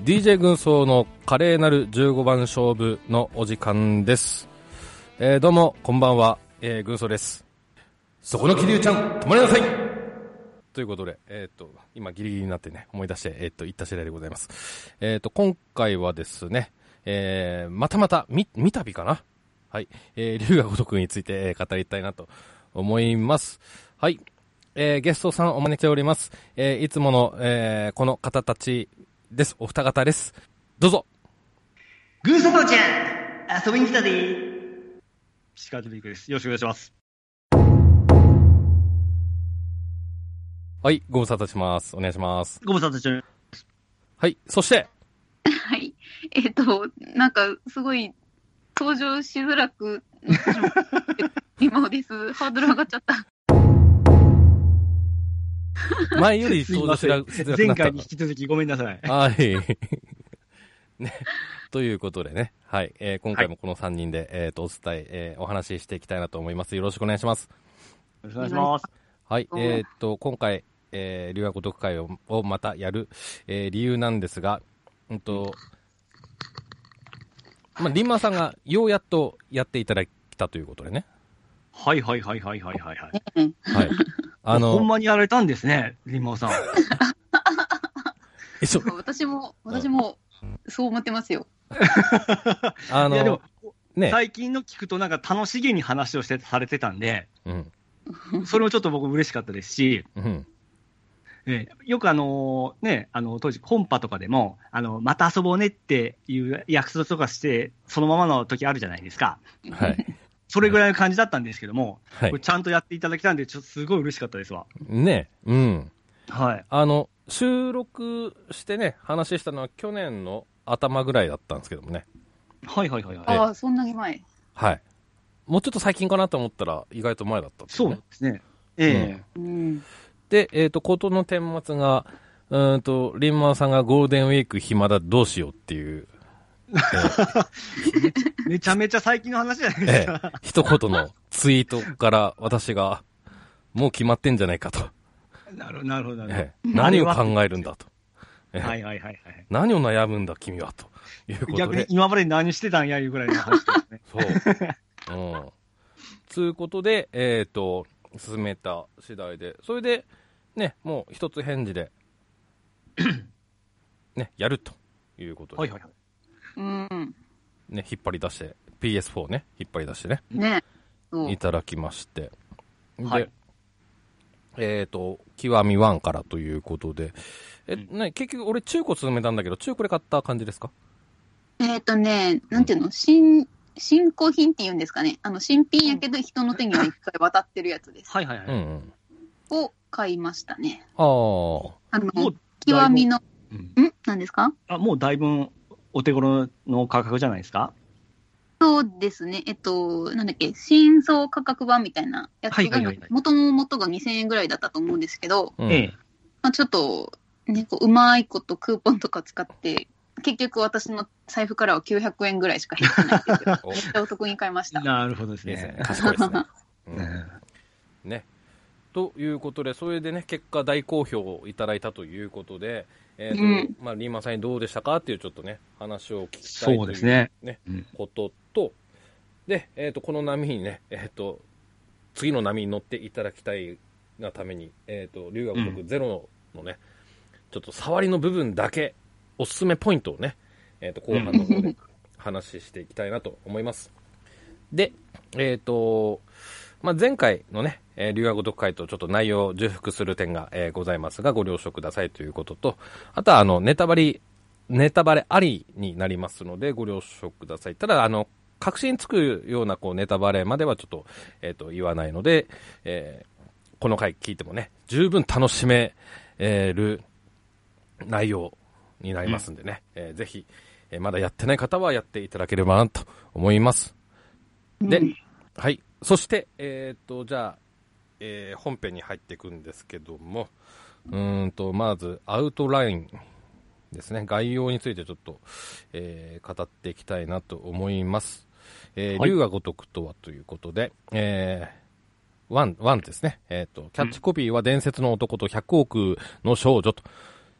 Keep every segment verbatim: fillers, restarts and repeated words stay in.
ディージェー 軍曹の華麗なるじゅうごばん勝負のお時間です。えー、どうもこんばんは、えー、軍曹です。そこの桐生ちゃん止まりなさいということで、えっと今ギリギリになってね思い出してえっと言った次第でございます。えっと今回はですね、えー、またまたみ三度かな、はい、えー、龍が如くについて、えー、語りたいなと思います。はい、えー、ゲストさんお招きしております。えー、いつもの、えー、この方たちです。お二方です。どうぞ。 軍曹ちゃん遊びに来たで。石川秀樹です。よろしくお願いします。 はい、ご無沙汰します。お願いします。 ご無沙汰してます。 はい、そしてはい、えっ、ー、となんかすごい登場しづらく今です。ハードル上がっちゃった。 前より登場しづらくなった。 前回に引き続きごめんなさい。 はい。ね。ということでね。はい。えー、今回もこのさんにんで、はい、えっ、ー、と、お伝え、えー、お話ししていきたいなと思います。よろしくお願いします。 よろしくお願いします。 はい。えっ、ー、と、今回、えー、龍が如く会ををまたやる、えー、理由なんですが、うんと、まあ、リンマさんがようやっとやっていただいたということでね。 はいはいはいはいはいはい。はい。 あの、 ほんまにやられたんですね、リンマさん。 え、そう。私も、私も、そう思ってますよ。 あの、いやでも、ね、最近の聞くとなんか楽しげに話をして、されてたんで、うん、それもちょっと僕嬉しかったですし、うんね、よくあのね、あの当時コンパとかでも、あの、また遊ぼうねっていう約束とかして、そのままの時あるじゃないですか。はい。それぐらいの感じだったんですけども、はい、これちゃんとやっていただきたんで、ちょっとすごい嬉しかったですわ。 ね、うん。 はい。 あの、収録してね、話したのは去年の頭ぐらいだったんですけどもね。 はいはいはいはい。 ああ、そんなに前。 はい。もうちょっと最近かなと思ったら、意外と前だったんですね。 そうですね。ええー。うん。 で、えっ、ー、と、ことの顛末が、うんと、リンマーさんがゴールデンウィーク暇だ、どうしようっていう。えー、めちゃめちゃ最近の話じゃないですか。 えー、一言のツイートから私が、もう決まってんじゃないかと。 なるほど、なるほど。 えー、何を考えるんだと。 えー、はいはいはいはい。 何を悩むんだ、君は、ということで。 逆に今まで何してたんや、いうぐらいの話ですね。そう。うん。つうことで、えっ、ー、と、進めた次第で、それで、ね、もう一つ返事で、ね、やるということで。はいはいはい。 うん。 ね、引っ張り出して、ピーエスフォー ね、引っ張り出してね。 ね。 いただきまして。で、 はい、 えっ、ー、と、極みワンからということで、え、うん、ね、結局俺中古進めたんだけど、中古で買った感じですか？ えっ、ー、とね、なんていうの、新、新古品って言うんですかね。あの、新品やけど人の手には一回渡ってるやつです。 はいはいはい。うんうん、を買いましたね。 ああ。あの、極みの、うん、ん何ですか？ あ、もうだいぶお手頃の価格じゃないですか？ そうですね。えっと、なんだっけ、新装価格版みたいなやつが、元の元がにせんえんぐらいだったと思うんですけど、 うん、 まあ、ちょっと、ね、こう、うまいことクーポンとか使って、結局私の財布からはきゅうひゃくえんぐらいしか減ってないんですよ。めっちゃお得に買いました。 なるほどですね。 賢いですね。うん、ね。ということで、それでね、結果大好評をいただいたということで、えっ、ー、と、うん、まあ、リーマンさんにどうでしたかっていうちょっとね、話を聞きたいという、ね、 そうですね。 うん、ことと、で、えっ、ー、と、この波にね、えっ、ー、と、次の波に乗っていただきたいがために、えっ、ー、と、龍が如くゼロのね、うん、ちょっと触りの部分だけ、おすすめポイントをね、えっ、と、後半の方で話していきたいなと思います。で、えっ、と、まあ、前回のね、えー、龍が如く会とちょっと内容を重複する点が、えー、ございますが、ご了承くださいということと、あとは、あの、ネタバレ、ネタバレありになりますので、ご了承ください。ただ、あの、確信つくような、こう、ネタバレまではちょっと、えっ、ー、と、言わないので、えー、この回聞いてもね、十分楽しめる内容になりますんでね、うん、えー、ぜひ、えー、まだやってない方はやっていただければなと思います。で、うん、はい。そして、えっ、ー、と、じゃあ、えー、本編に入っていくんですけども、うーんと、まず、アウトラインですね。概要についてちょっと、えー、語っていきたいなと思います。えー、龍が如くとはということで、えー、ワン、ワンですね。えっ、ー、と、キャッチコピーは伝説の男とひゃくおくの少女と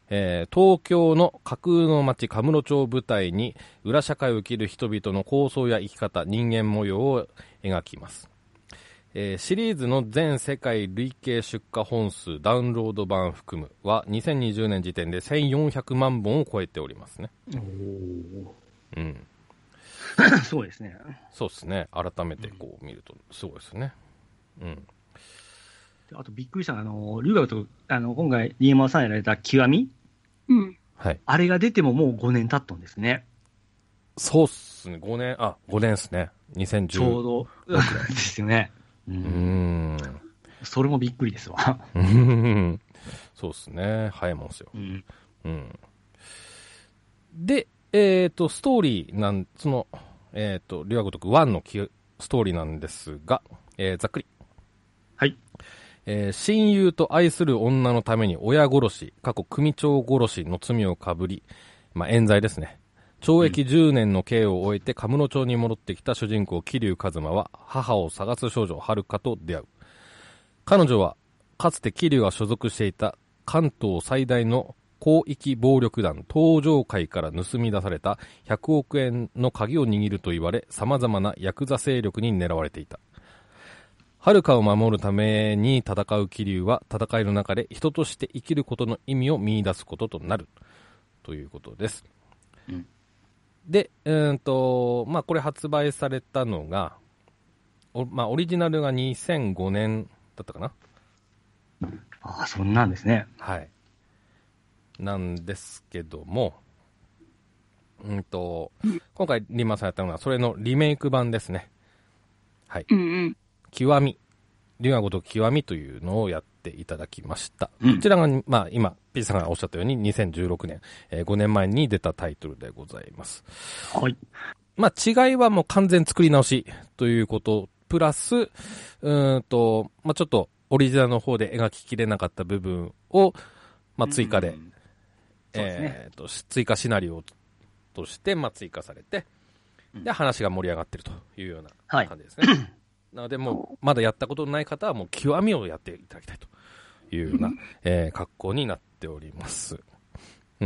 えー、東京の架空の街カムロ町を舞台に裏社会を生きる人々の構想や生き方、人間模様を描きます。えー、シリーズの全世界累計出荷本数ダウンロード版含むはにせんにじゅうねん時点でせんよんひゃくまんぼんを超えておりますね。おー、うん、 そうですね。 そうですね。改めてこう見るとすごいですね。うん。 あとびっくりしたのは、あの、龍河と、あの、今回、新山さんやられた極み、 うん。 はい。 あれが出てももうごねん経ったんですね。 そうっすね。ごねん、あ、ごねんですね。にせんじゅう。 ちょうど、ですよね。うん。うーん。それもびっくりですわ。 そうっすね。早いもんですよ。 うん。 うん。で、えっ、ー、と、ストーリーなん、その、えっ、ー、と、龍河如くいちのストーリーなんですが、えー、ざっくり。 はい。 えー、親友と愛する女のために親殺し、過去組長殺しの罪をかぶり、まあ、冤罪ですね。懲役じゅうねんの刑を終えてカムロ町に戻ってきた主人公桐生一馬は母を探す少女遥と出会う。彼女はかつて桐生が所属していた関東最大の広域暴力団東条会から盗み出されたひゃくおくえんの鍵を握ると言われ、様々なヤクザ勢力に狙われていた。遥を守るために戦う桐生は戦いの中で人として生きることの意味を見出すこととなるということです。うん、で、うーんとまあ、これ発売されたのが、おまあ、オリジナルがにせんごねんだったかな。 ああ、そんなんですね。 はい。なんですけども、うんと、今回リンマさんやったのはそれのリメイク版ですね。はい。 うんうん。 極み、龍河如く極みというのをやっていただきました。うん、こちらが、まあ、今、ピーチさんがおっしゃったようににせんじゅうろくねん、えー、ごねんまえに出たタイトルでございます。 はい。 まあ、違いはもう完全作り直しということ、プラス、うーんと、まあ、ちょっとオリジナルの方で描ききれなかった部分を、まあ、追加で、うん、えーと、追加シナリオとして、まあ、追加されて、で、話が盛り上がっているというような感じですね。はい、なので、もう、まだやったことのない方は、もう、極みをやっていただきたいというような、えー、格好になっております。うん。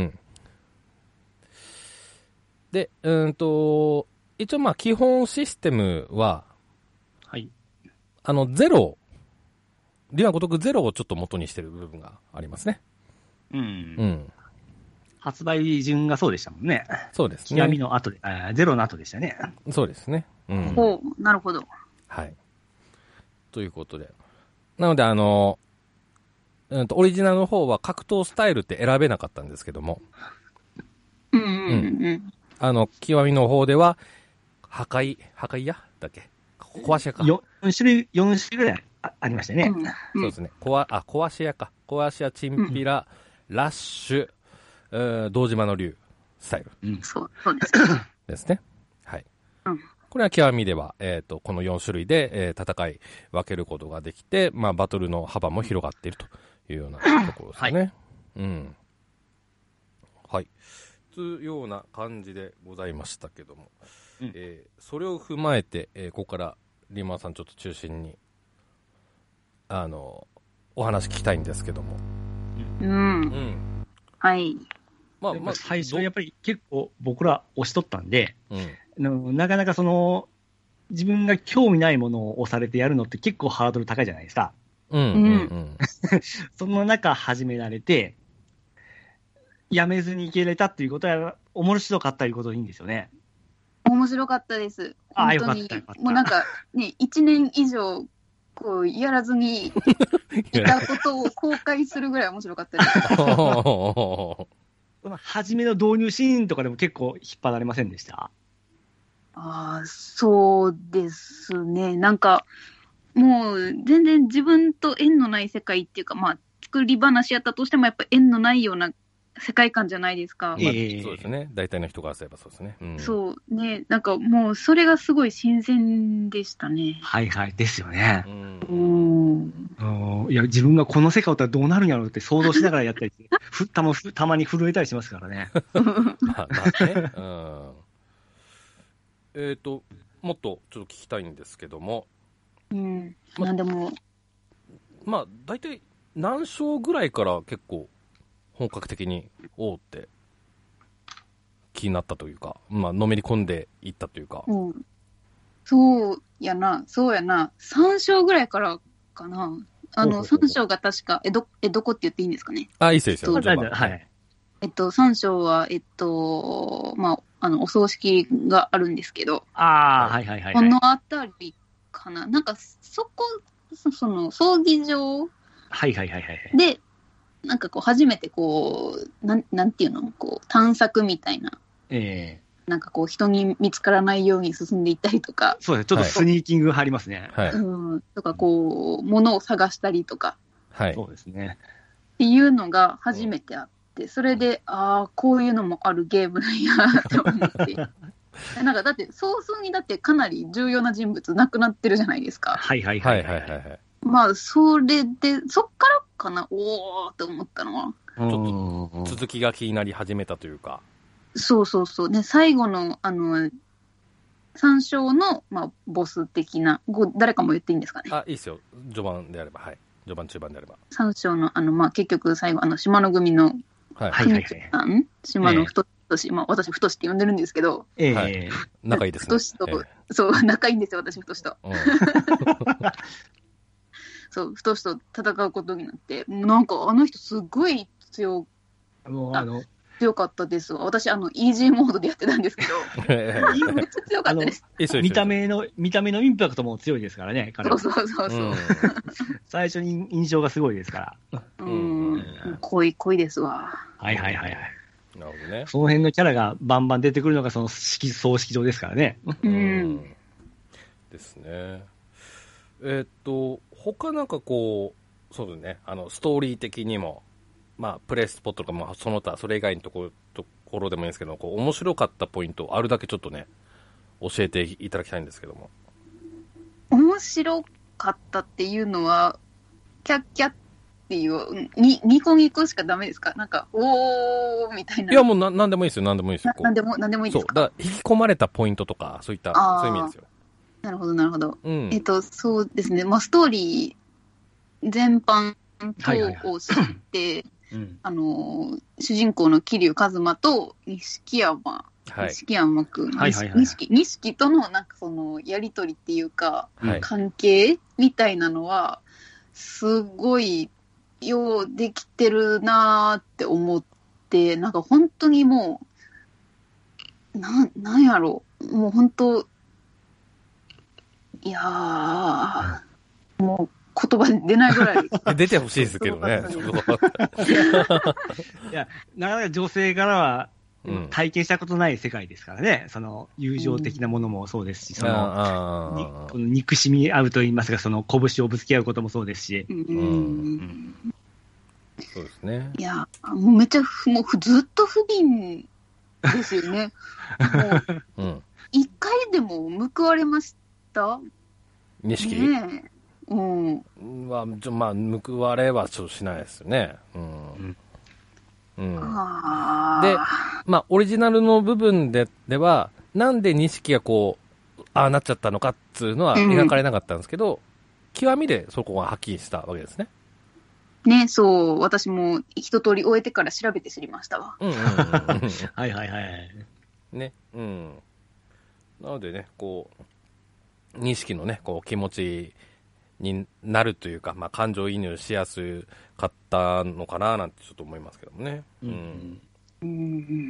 で、うんと、一応、まあ、基本システムは、 はい。 あの、ゼロ、龍河如くゼロをちょっと元にしている部分がありますね。 うん。うん。発売順がそうでしたもんね。 そうですね。 極みの後で、あゼロの後でしたね。 そうですね。 うん。ほう、なるほど。 はい。ということで。なので、あの、うんと、オリジナルの方は格闘スタイルって選べなかったんですけども。 うんうんうん。うん、 あの、極みの方では、破壊、破壊屋だっけ壊し屋か。 よん種類、よん種類ぐらい あ, ありましたね。うん、 そうですね。壊、あ、壊し屋か。壊し屋、チンピラ、うん、ラッシュ、えー、堂島の竜、スタイル。 うん、そう、そうです。 ですね。はい。 うん。 これは極みでは、えっと、このよん種類で、えー、戦い分けることができて、まあ、バトルの幅も広がっているというようなところですね。はい。うん。はい。というような感じでございましたけども、うん、えー、それを踏まえて、えー、ここからリンマさんちょっと中心に、あの、お話聞きたいんですけども。 うん。うん。はい。 まあ、まあ、最初やっぱり結構僕ら押しとったんで、うん、なかなかその、自分が興味ないものを押されてやるのって結構ハードル高いじゃないですか。 うんうんうん、 その中始められて、やめずにいけれたっていうことは、面白かったいうことでいいんですよね。 面白かったです。 ああ、よかったよかった。 もうなんか、ね、一年以上、こう、やらずにいたことを後悔するぐらい面白かったです。 初めの導入シーンとかでも結構引っ張られませんでした？ ああ、そうですね。なんか、もう全然自分と縁のない世界っていうか、まあ、作り話やったとしてもやっぱ縁のないような世界観じゃないですか。 まあ、そうですね。大体の人からすればそうですね。うん、 そうね。なんかもうそれがすごい新鮮でしたね。 はいはい。ですよね。 うん。 いや、自分がこの世界をったらどうなるんやろうって想像しながらやったりして、ふたま、たまに震えたりしますからね。 まあ、まあね。うん。えっと、もっとちょっと聞きたいんですけども。 うん。まあでも。 まあ、大体何章ぐらいから結構本格的に、おーって気になったというか、まあ、のめり込んでいったというか。 うん。そうやな、そうやな。さん章ぐらいからかな。あの、さん章が確か、え、ど、え、どこって言っていいんですかね。 あ、いいですよ、 序盤。はい。 えっと、さん章は、えっと、まあ、あの、お葬式があるんですけど。 ああ、はいはいはい、はい。 このあたりかな。なんか、そこ、そその、葬儀場はいはいはいはい。 で、なんかこう、初めてこう、なん、なんていうのこう、探索みたいな。 ええー。 なんかこう、人に見つからないように進んでいったりとか。 そうですね。ちょっとスニーキング入りますね。 はい。うん。とか、こう、物を探したりとか。 はい。そうですね。 っていうのが初めてあって、それで、ああ、こういうのもあるゲームなんやって思って。なんかだって、早々にだってかなり重要な人物亡くなってるじゃないですか。 はいはいはいはい、はい。 まあ、それで、そっからかな、おーって思ったのは。 ちょっと続きが気になり始めたというか。 そうそうそう。ね、最後の、あの、三章の、まあ、ボス的な、誰かも言っていいんですかね。 あ、いいですよ。序盤であれば、はい。序盤、中盤であれば。 三章の、あの、まあ、結局最後、あの、島の組の、 はいはいはい。 島の太し、まあ、私、太しって呼んでるんですけど。 ええーはい、 仲いいですね。 太しと、えー、そう、仲いいんですよ、私、太しと。うんそう、太しと戦うことになって、なんかあの人すごい強、もうあの強かったですわ。私、あの、イージーモードでやってたんですけど、めっちゃ強かったです。 見た目の、見た目のインパクトも強いですからね、彼は。 そうそうそうそう、うん。 最初に印象がすごいですから。 うん、濃い、濃いですわ。 はいはいはいはい。 なるほどね。 その辺のキャラがバンバン出てくるのが、その式、葬式場ですからね。 うん。 ですね。えー、っと、他なんかこう、そうですね、あの、ストーリー的にも、まあ、プレイスポットとか、まあ、その他、それ以外のところ、ところでもいいんですけど、こう、面白かったポイント、あるだけちょっとね、教えていただきたいんですけども。 面白かったっていうのは、キャッキャっていう、に、ニコニコしかダメですか？なんか、おーみたいな。 いや、もうな、なんでもいいですよ、なんでもいいですよ。 なんでも、なんでもいいですか？ そう、だから、引き込まれたポイントとか、そういった、そういう意味ですよ。 なるほど、なるほど。 うん、 えっと、そうですね。まあ、ストーリー全般等を知って、あの、主人公の桐生一馬と錦山、はい、錦山くん、錦、錦とのなんかそのやりとりっていうか、はい、関係みたいなのは、すごいようできてるなーって思って、なんか本当にもう、な、なんやろう、もう本当、いやー、もう言葉出ないぐらい。 出てほしいですけどね。 いや、なかなか女性からは体験したことない世界ですからね。うん、その友情的なものもそうですし、その、この憎しみ合うと言いますか、その拳をぶつけ合うこともそうですし。うんうん、 そうですね。 いや、もうめっちゃ、もうずっと不憫ですよね。もう、一、うん、回でも報われました？ 錦？ ねえ。うん。 は、まあ、報われはちょっとしないですよね。うん。うん。 あで、まあ、オリジナルの部分で、では、なんで錦がこう、ああなっちゃったのかっつうのは描かれなかったんですけど、うん、極みでそこがはっきりしたわけですね。 ね、そう、私も一通り終えてから調べて知りましたわ。 うんうんうんうん。 はいはいはい。 ね、うん。なのでね、こう、錦のね、こう、気持ちになるというか、まあ、感情移入しやすかったのかななんてちょっと思いますけどもね。うん。 うん、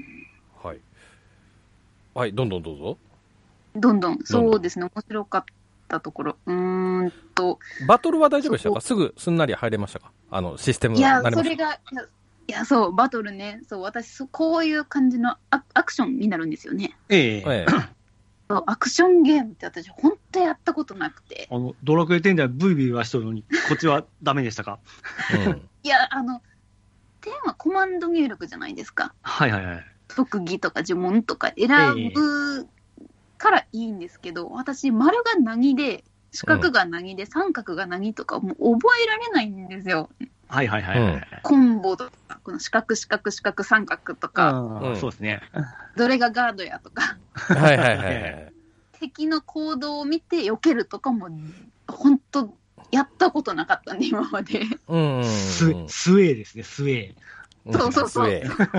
はい。はい、どんどんどうぞ。 どんどん、そうですね、面白かったところ。うーんと。 バトルは大丈夫でしたか？すぐすんなり入れましたか？あの、システムが慣れました？ いや、それが、いや、いやそう、バトルね、そう、私、そこういう感じのア、アクションになるんですよね。 ええええアクションゲームって私、本当やったことなくて。 あの、ドラクエテンではブイブイはしとるのに、こっちはダメでしたか？ うん、いや、あの、テンはコマンド入力じゃないですか。 はいはいはい。 特技とか呪文とか選ぶからいいんですけど、ええ、私、丸が何で、四角が何で、うん、三角が何とか、もう覚えられないんですよ。 はいはいはい、はい。 コンボとか、この四角四角四角三角とか、 うん、そうですね。 どれがガードやとか。 はいはいはい。 敵の行動を見て避けるとかも、本当やったことなかったんで、今まで。 うん。 ス、スウェーですね、スウェー。 そうそうそう。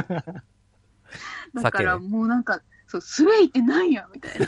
だからもうなんか、そう、スウェイってなんやみたいな。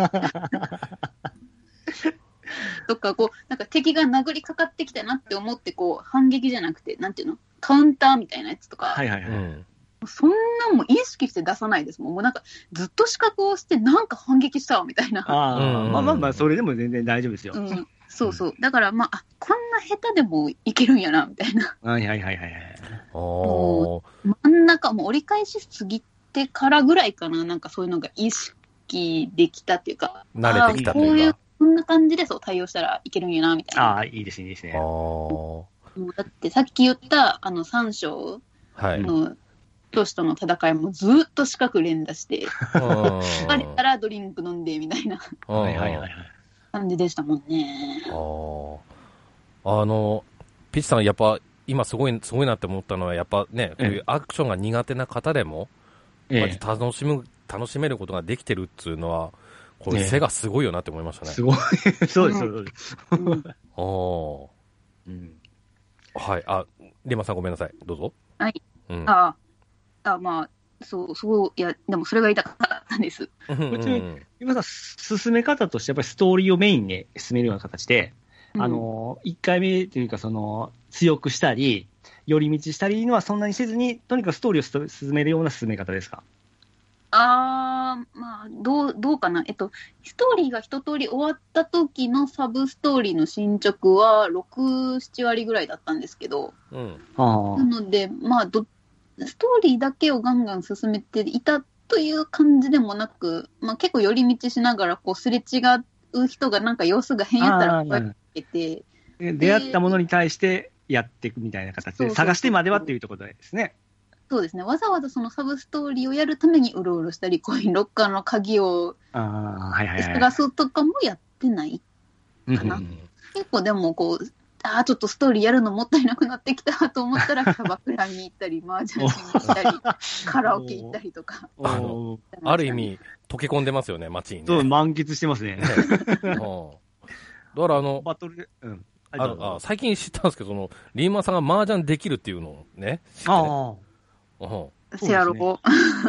とか、こう、なんか敵が殴りかかってきたなって思って、こう、反撃じゃなくて、なんていうのカウンターみたいなやつとか。 はいはいはい。 そんなんも意識して出さないですもん。もうなんか、ずっと視覚をして、なんか反撃したわ、みたいな。 ああ、まあまあまあ、それでも全然大丈夫ですよ。 うん、そうそう。だからまあ、あ、こんな下手でもいけるんやな、みたいな。 はいはいはいはい。 もう真ん中、もう折り返しすぎてからぐらいかな、なんかそういうのが意識できたっていうか、 慣れてきたというか。 こういう、こんな感じでそう対応したらいけるんやな、みたいな。 ああ、いいですね、いいですね。 もうだってさっき言った、あの、三章の教師との戦いもずっと四角連打して、あれたらドリンク飲んで、みたいな感じでしたもんね。 ああの、ピッチさん、やっぱ、今すごい、すごいなって思ったのは、やっぱね、こういうアクションが苦手な方でも、ええ、楽しむ、楽しめることができてるっていうのは、これ背がすごいよなって思いましたね。 すごい。そうです、そうです。うん、 おうん、はい。あ、リマさんごめんなさい。どうぞ。 はい。うん、ああ、まあ、そう、そう、いや、でもそれが言いたかったんです。 うちに、今さ、進め方として、やっぱりストーリーをメインで進めるような形で、うん、あの、いっかいめというか、その、強くしたり、寄り道したりのはそんなにせずに、とにかくストーリーを進めるような進め方ですか？ あー、まあ、どう、どうかな。えっと、ストーリーが一通り終わった時のサブストーリーの進捗は、ろく、なな割ぐらいだったんですけど、うん、なので、まあど、ストーリーだけをガンガン進めていたという感じでもなく、まあ結構寄り道しながら、こう、すれ違う人がなんか様子が変やったら声かけて、 出会ったものに対してやっていくみたいな形で、探してまではっていうところですね。 そうですね。わざわざそのサブストーリーをやるためにうろうろしたり、コインロッカーの鍵を探すとかもやってないかな。結構でもこう、ああ、ちょっとストーリーやるのもったいなくなってきたと思ったら、キャバクラに行ったり、麻雀に行ったり、カラオケ行ったりとか。 あの、ある意味、溶け込んでますよね、街にね。 そう、満喫してますね。 だからあの、 バトルで、うん。 ああ最近知ったんですけど、その、リーマンさんが麻雀できるっていうのをね、知って、ね。ああ。 せやろう。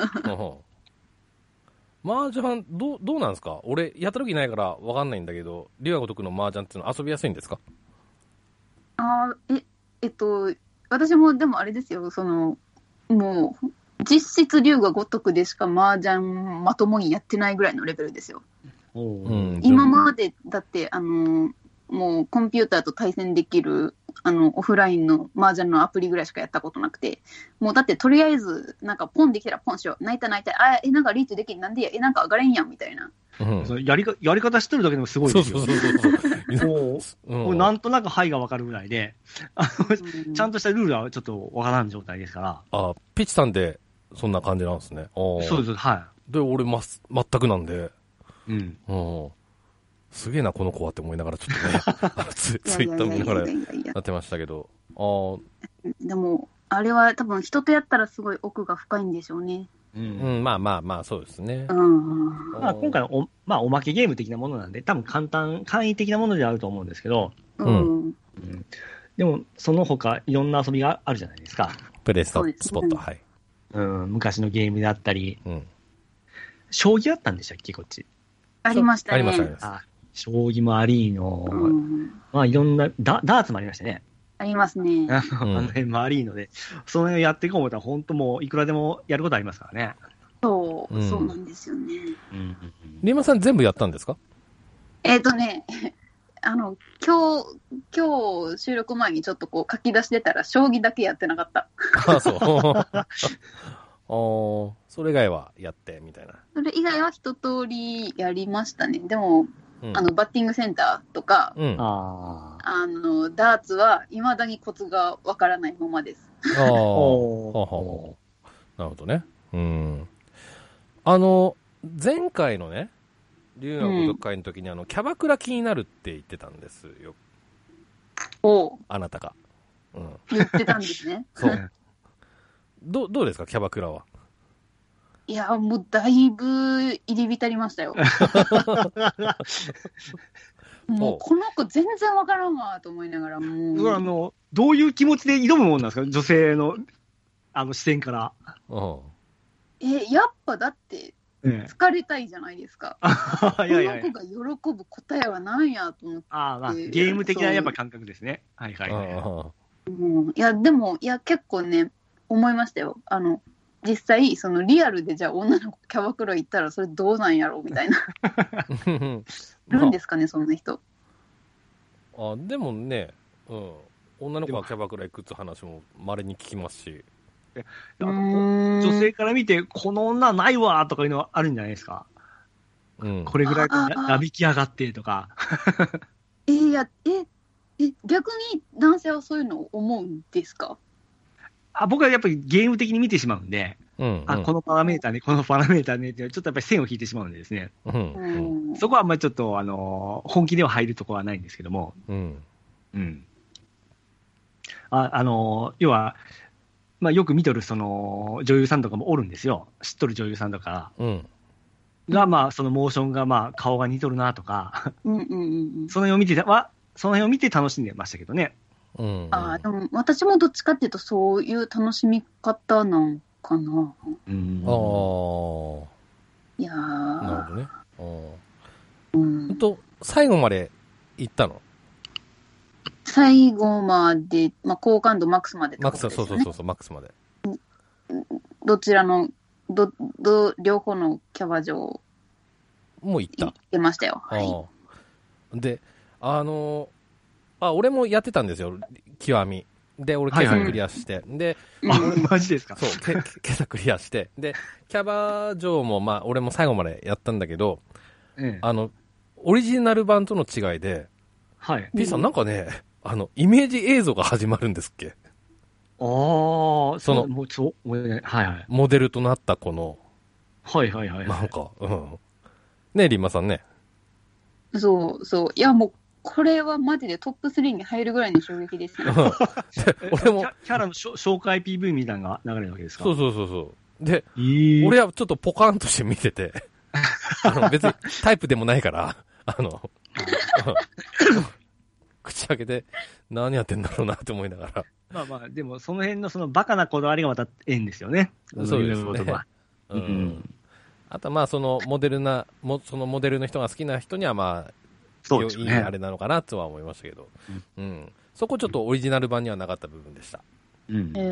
麻雀、どう、どうなんですか？俺、やった時ないからわかんないんだけど、龍が如くの麻雀っていうのは遊びやすいんですか？ ああ、え、えっと、私もでもあれですよ、その、もう、実質龍が如くでしか麻雀まともにやってないぐらいのレベルですよ。うん、今まで、だって、あの、もうコンピューターと対戦できる、あの、オフラインの麻雀のアプリぐらいしかやったことなくて、もうだってとりあえず、なんかポンできたらポンしよう。泣いた泣いた。あ、え、なんかリーチできん。なんでや。え、なんか上がれんやん。みたいな。 うん、やりか、やり方知ってるだけでもすごいですよ。そうそうそうそう。もう、もうなんとなく範囲がわかるぐらいで、あの、うん、ちゃんとしたルールはちょっとわからん状態ですから。 あ、ピッチさんでそんな感じなんですね。 そうです、はい。 で、俺、ま、全くなんで、 うん。 うん。すげえな、この子はって思いながら、ちょっとね、ツ, ツイッター見ながらやってましたけど。あでも、あれは多分人とやったらすごい奥が深いんでしょうね。 うん、うん、まあまあまあ、そうですね。 うん。 まあ今回のお、まあおまけゲーム的なものなんで、多分簡単、簡易的なものであると思うんですけど、 うん。うん、 でも、その他、いろんな遊びがあるじゃないですか。 プレイスポット、はい。 うん、昔のゲームであったり、うん、将棋あったんでしたっけ、こっち。 ありましたね。 ありました、ありました。 将棋もありの、うん、まあいろんなダ、ダーツもありましたね。 ありますね。 あの辺もありので、その辺をやっていこう思ったら、本当もういくらでもやることありますからね。 そう、うん、そうなんですよね。 リーマンさん全部やったんですか？ えっ、ー、とね、あの、今日、今日収録前にちょっとこう書き出してたら、将棋だけやってなかった。 あ、そう。おそれ以外はやってみたいな。 それ以外は一通りやりましたね。でも、うん、あのバッティングセンターとか、うん、あ, あのダーツはいまだにコツがわからないままです。 ああ、なるほどね。うん。あの前回のね、龍が如く会の時に、うん、あのキャバクラ気になるって言ってたんですよ。 おあなたが、 うん、言ってたんですね。 そう。ど, どうですか、キャバクラは。 いや、もうだいぶ入り浸りましたよ。もうこの子全然わからんわと思いながら、もう。 あの、どういう気持ちで挑むもんなんですか、女性のあの視線から。 うん。 え、やっぱだって、疲れたいじゃないですか。この子が喜ぶ答えは何やと思って。 ああ、まあ、ゲーム的なやっぱ感覚ですね。はいはいはい。 うん、いや、でも、いや、結構ね、思いましたよ。あの、実際、そのリアルでじゃあ女の子キャバクラ行ったらそれどうなんやろうみたいな。いるんですかね、そんな人。 あ、でもね、うん、女の子がキャバクラ行くって話も稀に聞きますし。 女性から見て、この女ないわとかいうのはあるんじゃないですか。うん、これぐらいなびき上がってとか。 えいや、え、え、逆に男性はそういうのを思うんですか？ あ、僕はやっぱりゲーム的に見てしまうんで、うんうん、あ、このパラメータね、このパラメータねって、ちょっとやっぱり線を引いてしまうんでですね。うんうん、そこはあんまりちょっと、あのー、本気では入るところはないんですけども。うん。うん。あ、あのー、要は、まあ、よく見とるその女優さんとかもおるんですよ。知っとる女優さんとか。うん。が、まあ、そのモーションが、まあ、顔が似とるなとか。うんうんうん。その辺を見てた、は、その辺を見て楽しんでましたけどね。 うん。ああ、でも、私もどっちかっていうと、そういう楽しみ方なんかな。うん。ああ。いやー。 なるほどね。ああ。うん。ほんと、最後まで行ったの？ 最後まで、まあ、好感度マックスまでってことですよね。 マックス、そうそうそう、マックスまで。 どちらの、ど、ど、両方のキャバ嬢もう行った。行ってましたよ。はい。 で、あのー、あ、俺もやってたんですよ、極み。で、俺、今朝クリアして。はいはい、で、 あ、マジですか？ そう、け今朝クリアして。で、キャバ嬢も、まあ、俺も最後までやったんだけど、ええ、あの、オリジナル版との違いで、はい。P さん、なんかね、あの、イメージ映像が始まるんですっけ？ ああ、その、もう、そう、はいはい。 モデルとなったこの、 はいはいはい、はい。 なんか、うん。ね、リンマさんね。 そうそう。いや、もう、これはマジでトップスリーに入るぐらいの衝撃ですね。 俺も。キャラの紹介 ピーブイ みたいなのが流れるわけですか？ そうそうそうそう。で、えー、俺はちょっとポカンとして見てて、あの、別にタイプでもないから、あの、口開けて何やってんだろうなって思いながら。 まあまあ、でもその辺のそのバカなこだわりがまたええんですよね。 そうですね。うん。うん、あとまあそのモデルな、もそのモデルの人が好きな人にはまあ、 そうですね、いいあれなのかなとは思いましたけど、うん、うん。そこちょっとオリジナル版にはなかった部分でした。うん。うん。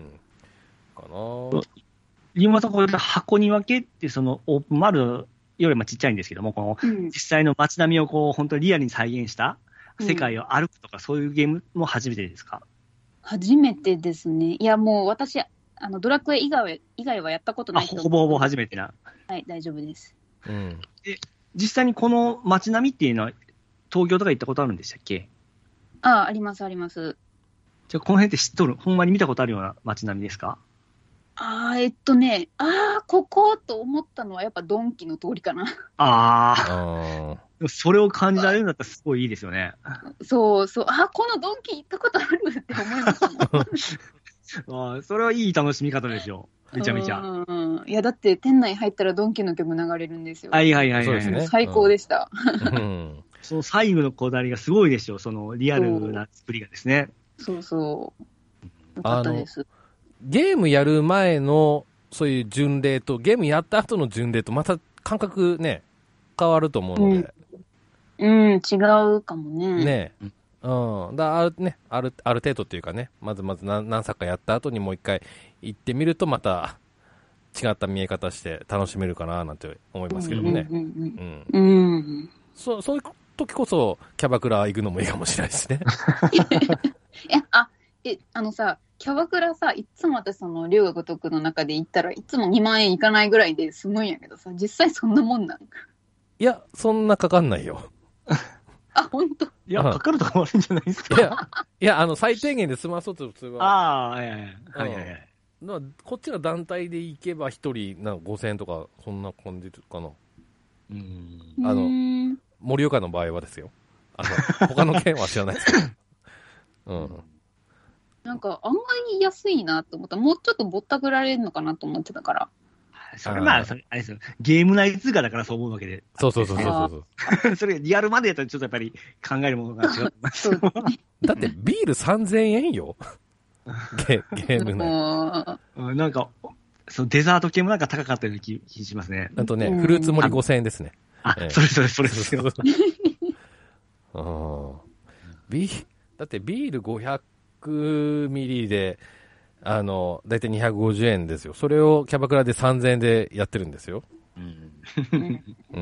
かな。今またこれ箱に分けってそのオープンマルよりもちっちゃいんですけども、この実際の街並みをこう本当にリアルに再現した世界を歩くとか、そういうゲームも初めてですか？ 初めてですね。いや、もう私、あのドラクエ以外は、以外はやったことないと思う。 ほぼほぼ初めてな。 はい、大丈夫です。 うん。で、実際にこの街並みっていうのは、東京とか行ったことあるんでしたっけ？ ああ、あります、あります。 じゃあ、この辺って知っとる、ほんまに見たことあるような街並みですか？ ああ、えっとね、ああ、ここと思ったのはやっぱドンキの通りかな。 ああ。それを感じられるんだったらすごいいいですよね。 そうそう。あ、このドンキ行ったことあるって思いましたもん。あ、それはいい楽しみ方ですよ。めちゃめちゃ。 うん。いや、だって店内入ったらドンキの曲流れるんですよ。 はいはいはい、はい。そうですね。最高でした。 うん、その細部のこだわりがすごいでしょ。そのリアルな作りがですね。 そうそう。よかったです。 ゲームやる前のそういう巡礼と、ゲームやった後の巡礼とまた感覚ね、変わると思うので。 うん、うん、違うかもね。 ねえ。うん。だあるね、ある、ある程度っていうかね、まずまず何、何作かやった後にもう一回行ってみるとまた違った見え方して楽しめるかななんて思いますけどもね。うん。うん。うん。そう、そういう時こそキャバクラ行くのもいいかもしれないですね。 え、あ、え、あのさ、キャバクラさ、いつも私その、龍が如くの中で行ったらいつもにまんえんいかないぐらいで済むんやけどさ、実際そんなもんなん？ いや、そんなかかんないよ。 あ、ほんと？ いや、かかるとこもあるんじゃないですか。 いや、いや、あの、最低限で済まそうと普通は。 ああ、はいはいはい。はいはいはい。 こっちが団体で行けば一人なんかごせんえんとか、そんな感じかな。うん。あの、盛岡の場合はですよ。あの、他の県は知らないですけど。うん。 なんか案外に安いなと思った。もうちょっとぼったくられるのかなと思ってたから。 それまあ、それあれですよ。ゲーム内通貨だからそう思うわけで。 そうそうそうそうそう。それリアルまでやったらちょっとやっぱり考えるものが違う。 だってビールさんぜんえんよ。 ゲゲーム内。 なんか、そのデザート系もなんか高かったような気気しますね。 あとね、フルーツ盛りごせんえんですね。 あ、えー、それそれそれですよ。 あビだってビールごひゃくミリで、あの、だいたいにひゃくごじゅうえんですよ。それをキャバクラでさんぜんえんでやってるんですよ。うん。うん。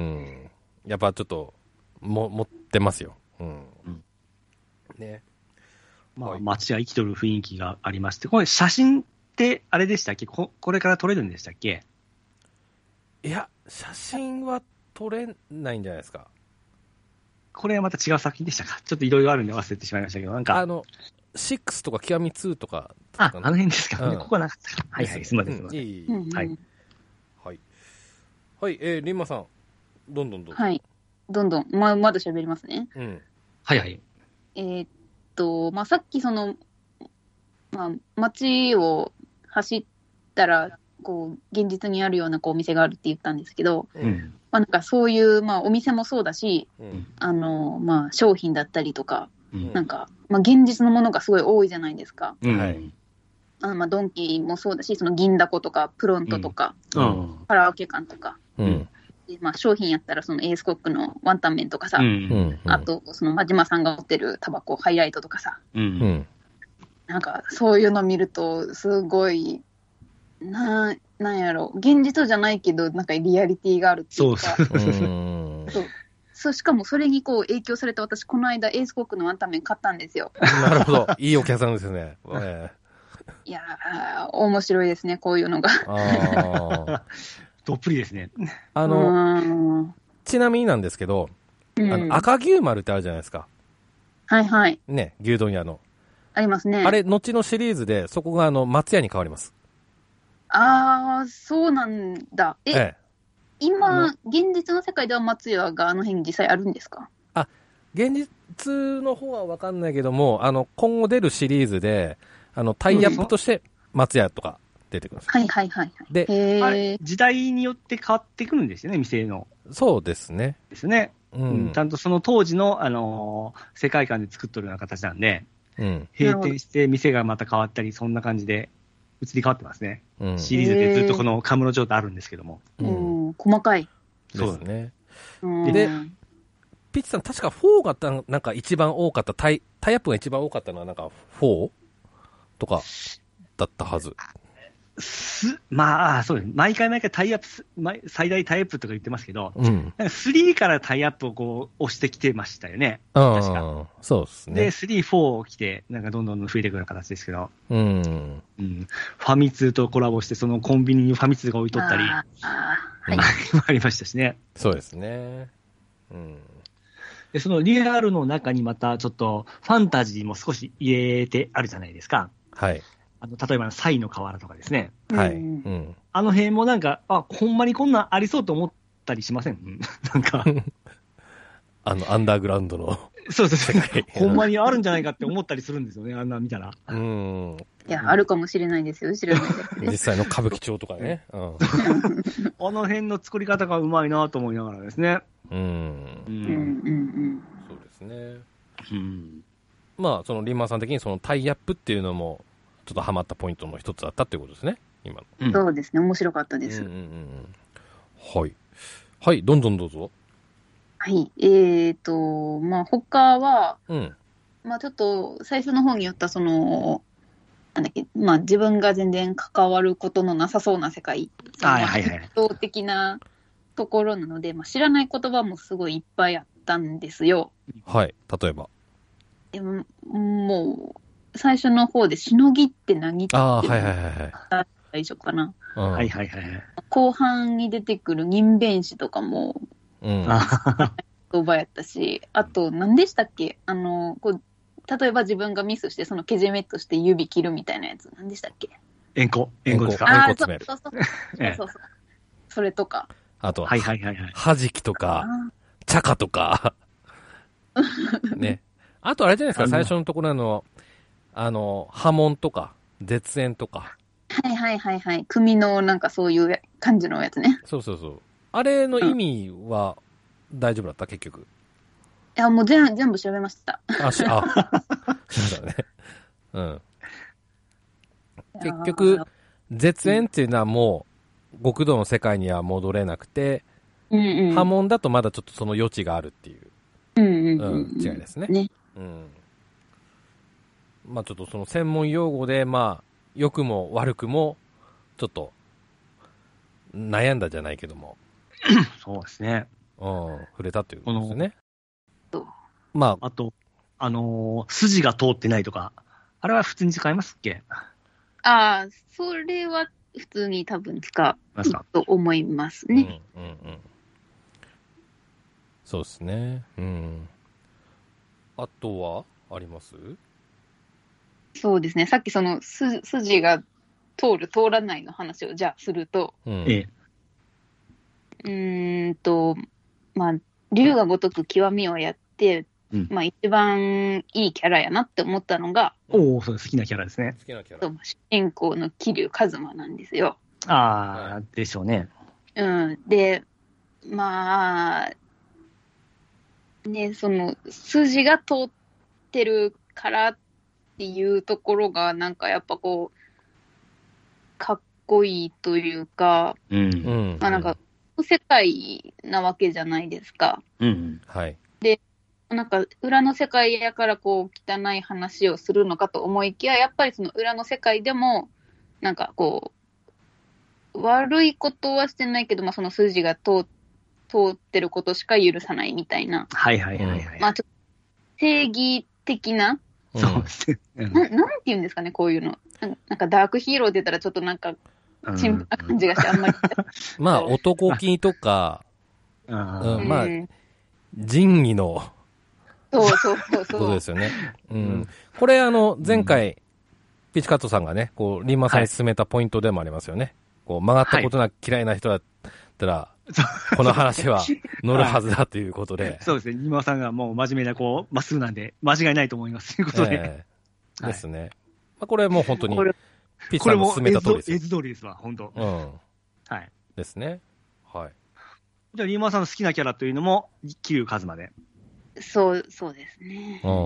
やっぱちょっと、も、持ってますよ。うん。うん、ね。 まあ、街は生きとる雰囲気がありまして、これ写真ってあれでしたっけ？ こ, これから撮れるんでしたっけ？ いや、写真は撮れないんじゃないですか。 これはまた違う作品でしたか？ちょっといろいろあるんで忘れてしまいましたけど、なんか。 あの、シックスとか極みツーとか。 あ、あの辺ですか、ね、うん、ここはなかったか。はいはい、すみません、すみません。 いい。はい。はい。はい、えー、リンマさん、どんどんどんどん。 はい。どんどん、ま、まだ喋りますね。 うん。 はいはい。 えー、っと、まあ、さっきその、まあ、街を走ったら、こう、現実にあるようなこうお店があるって言ったんですけど、 うん、 まあ、なんかそういう、まあ、お店もそうだし、 うん、 あの、まあ、商品だったりとか、 うん、 なんか、まあ、現実のものがすごい多いじゃないですか。 うん、はい。 あのまあ、ドンキもそうだし、その銀だことか、プロントとか、 うん、 カラオケ館とか、 うん、 でまあ、商品やったらそのエースコックのワンタン麺とかさ、 うん、 あと、その真島さんが持ってるタバコ、ハイライトとかさ、 うん、 なんか、そういうの見ると、すごい、な、なんやろ、現実じゃないけど、なんかリアリティがあるっていうか、 そうそうそう、しかもそれにこう影響された私、この間、エースコックのワンタン麺買ったんですよ。 なるほど。いいお客さんですね。えー、いやー、面白いですね、こういうのが。 あどっぷりですね。 あの、ちなみになんですけど、うん、あの赤牛丸ってあるじゃないですか。 はいはい。 ね、牛丼屋の。 ありますね。 あれ、後のシリーズで、そこがあの、松屋に変わります。 あー、そうなんだ。え、ええ、今、現実の世界では松屋があの辺に実際あるんですか？ あ、現実の方は分かんないけども、あの、今後出るシリーズで、あの、タイアップとして松屋とか出てくるんです。 はいはいはい。 で、 へ時代によって変わってくるんですよね、店の。 そうですね。 ですね。 うん。 うん、ちゃんとその当時の、あのー、世界観で作っとるような形なんで、 うん、 閉店して店がまた変わったり、そんな感じで移り変わってますね。 うん、 シリーズでずっとこのカムロ状態あるんですけども。 うん、細かい。 そうですね。 で、 でピッチさん、確かフォーがたなんか一番多かった、タイ、タイアップが一番多かったのはなんかフォーとかだったはず。 す、まあ、そうです。毎回毎回タイアップ、最大タイアップとか言ってますけど、 うん、 なんかスリーからタイアップをこう押してきてましたよね。 うん、 確か。 そうですね。 で、スリー、フォー来て、なんかどんどん増えてくるような形ですけど、 うん。 うん、ファミ通とコラボして、そのコンビニにファミ通が置いとったり、 ああ、はい。 ありましたしね。 そうですね。うん。 で、そのリアルの中にまたちょっとファンタジーも少し入れてあるじゃないですか。 はい。 あの、例えば、サイの河原とかですね。 はい。うん。 あの辺もなんか、あ、ほんまにこんなんありそうと思ったりしません？なんか。 あの、アンダーグラウンドの。 そうそうそう。ほんまにあるんじゃないかって思ったりするんですよね、あんな見たら。 うん。 いや、あるかもしれないですよ、知らないです。 実際の歌舞伎町とかね。うん、 あの辺の作り方がうまいなと思いながらですね。 うん。うん。うんうんそうですね。 うん。 まあ、そのリンマンさん的にそのタイアップっていうのも、ちょっとハマったポイントの一つだったっていうことですね、今の。 うん、そうですね、面白かったです。うんうんうんうん、はい。はい、どんどんどうぞ。 はい、えーと、まあ、他は、 うん、 まあ、ちょっと最初の方に言ったその、なんだっけ、まあ、自分が全然関わることのなさそうな世界、 はいはいはい、 理想的なところなので、まあ、知らない言葉もすごいいっぱいあったんですよ。 はい、例えば。 でも、もう、最初の方で、しのぎって何ってああ、はいはいはいはい。 最初かな。 うん、 はいはいはい。 後半に出てくる人弁士とかも、 うん、 言葉やったし、あと、何でしたっけあの、こう、例えば自分がミスして、そのけじめとして指切るみたいなやつ、何でしたっけ？ 円弧。円弧ですか？ ああ、そうそうそう。そうそうそう。それとか。 あとは、 はいはいはいはい。 はじきとか、茶化とか。ね。あとあれじゃないですか、最初のところの、あの、波紋とか、絶縁とか。 はいはいはいはい。組のなんかそういう感じのやつね。 そうそうそう。あれの意味は大丈夫だった、結局。 いや、もう全全部調べました。 あ、し、あ、そうだね。うん。 結局、絶縁っていうのはもう、極道の世界には戻れなくて、 うんうん、 波紋だとまだちょっとその余地があるっていう、 うんうんうんうん、違いですね。 ね、 うん。まあちょっとその専門用語で、まあ、良くも悪くも、ちょっと、悩んだじゃないけども。 そうですね。 うん、触れたということですね。 とまあ、 あと、あのー、筋が通ってないとか、あれは普通に使いますっけ？ ああ、それは普通に多分使うと思いますね。 うんうんうん。そうですね。うん。あとはあります？ そうですね。さっきそのす筋が通る通らないの話をじゃあすると、 うん、 ええ、 うーんと、まあ、龍が如く極みをやって、うん、まあ一番いいキャラやなって思ったのが、 おお、そう好きなキャラですね。 好きなキャラ。 主人公の桐生一馬なんですよ。 ああ、はい、でしょうね。 うん。で、まあ、ね、その筋が通ってるからっていうところが、なんかやっぱこう、かっこいいというか、 うん。 まあなんか、世界なわけじゃないですか。 うん。 はい。 で、なんか、裏の世界やからこう、汚い話をするのかと思いきや、やっぱりその裏の世界でも、なんかこう、悪いことはしてないけど、まあその筋が通、通ってることしか許さないみたいな。 はいはいはいはい。 まあちょっと、正義的な、 そうですね。 な、なんて言うんですかね、こういうの。なんかダークヒーローって言ったらちょっとなんか、チンプな感じがして、あんまり。 まあ、男気とか、うん、まあ、仁義の、 そうそうそうそう。 ことですよね。うん。これ、あの、前回、ピチカットさんがね、こう、リンマさんに勧めたポイントでもありますよね。こう、曲がったことな嫌いな人だったら、この話は乗るはずだということで。 そうですね。リンマさんがもう真面目な、こう、まっすぐなんで、間違いないと思います。ということで。 ですね。まあ、これもう本当に、ピッチさんの勧めた通りですよ。 絵図通りですわ、本当。 うん。 はい。 ですね。はい。 じゃあ、リーマンさんの好きなキャラというのも、桐生一馬で。 そう、そうですね。 うん。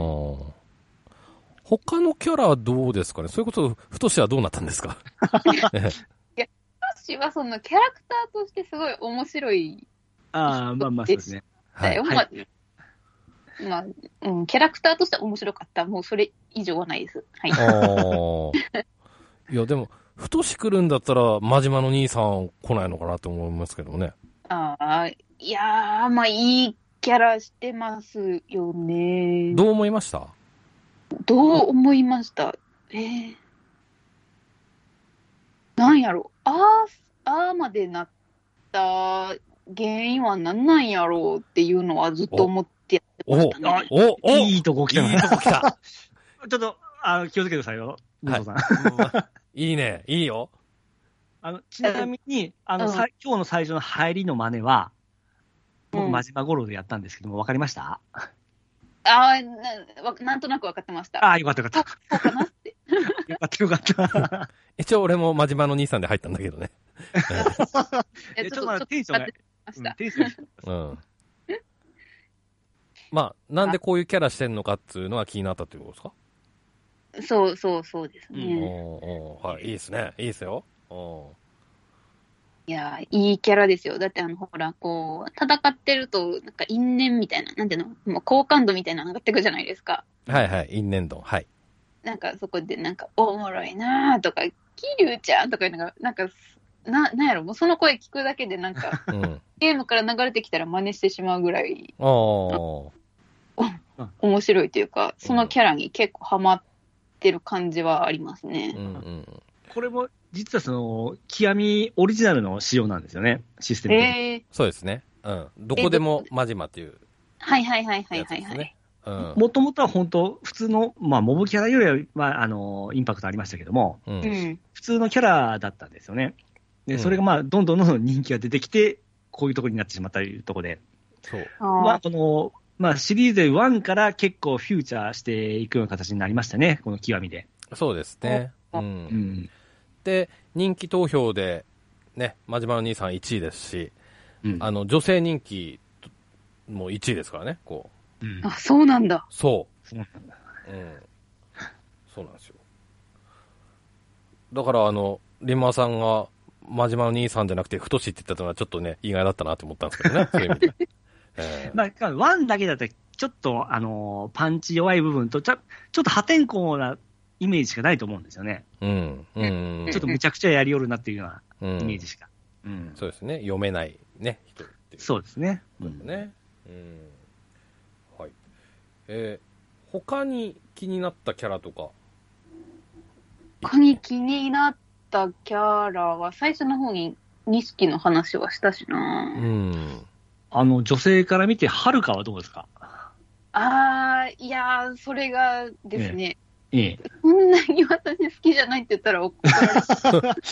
他のキャラはどうですかね？そういうこと、ふとしはどうなったんですか？ いや、ふとしはそのキャラクターとしてすごい面白い。 ああ、まあまあそうですね。 はい。まあ、まあ、うん、キャラクターとしては面白かった。もうそれ以上はないです。はい。 あいや、でも、ふとし来るんだったら、真島の兄さん来ないのかなと思いますけどね。 ああ、いやー、まあ、いいキャラしてますよね。 どう思いました？ どう思いました？えー、なんやろ。あー、あーまでなった原因は何なんやろうっていうのはずっと思ってやってましたね。 お、お、お、 いいとこ来た。 いいとこ来た。 ちょっと、あ気をつけてくださいよ、武藤さん。 はい、いいね、いいよ。 あの、ちなみに、あの、うん、今日の最初の入りの真似は、僕、真島五郎でやったんですけども、わかりました？ ああ、な、なんとなく分かってました。 ああ、よかったよかった。 そうかなって。 よかったよかった。 一応俺も真島の兄さんで入ったんだけどね。 ちょっとまだテンションが、うん、テンションが。うん。 まあ、なんでこういうキャラしてんのかっていうのは気になったっていうことですか？そうそうそうですね。 うん、おおはい、いいですね。いいですよ。おいや、いいキャラですよ。だって、あの、ほら、こう、戦ってると、なんか因縁みたいな、なんていうの、もう好感度みたいなのがってくじゃないですか。 はいはい、因縁度、はい。 なんか、そこで、なんか、おもろいなーとか、桐生ちゃんとかいうのが、なんか、な、なんやろ、もうその声聞くだけで、なんか、うん、ゲームから流れてきたら真似してしまうぐらい、お面白いというか、そのキャラに結構ハマってる感じはありますね。うんうん、 これも、実はその、極みオリジナルの仕様なんですよね、システム的に。 えー、 そうですね。うん。どこでも真島っていう、ね。 はいはいはいはいはい、はい。 もともとは本当、普通の、まあ、モブキャラよりは、あの、インパクトありましたけども、うん、普通のキャラだったんですよね。で、それがまあ、どんどんどんどん人気が出てきて、こういうところになってしまったというところで。そう。まあ、この、まあ、シリーズワンから結構フューチャーしていくような形になりましたね、この極みで。 そうですね。うん。うんで、人気投票で、ね、真島の兄さんいちいですし、うん、あの、女性人気もいちいですからね、こう。うん、あ、そうなんだ。 そう。そうなんだ。うん。そうなんですよ。 だからあの、リンマさんが、真島の兄さんじゃなくて、太しって言ったのはちょっとね、意外だったなって思ったんですけどね、そういう意味で。えー、 まあ、ワンだけだと、ちょっと、あのー、パンチ弱い部分とちょ、ちょっと破天荒なイメージしかないと思うんですよね。 うん。うん。 ちょっとむちゃくちゃやりよるなっていうようなイメージしか。 うん。うん、そうですね。読めないね、人っていう。 そうですね。 そうですね。うん。はい。えー、他に気になったキャラとか。 他に気になったキャラは、最初の方に錦の話はしたしな。 うん。 あの、女性から見て、はるかはどうですか？ あー、いやー、それがですね。 ええ。ええ、 そんなに私好きじゃないって言ったら怒られる。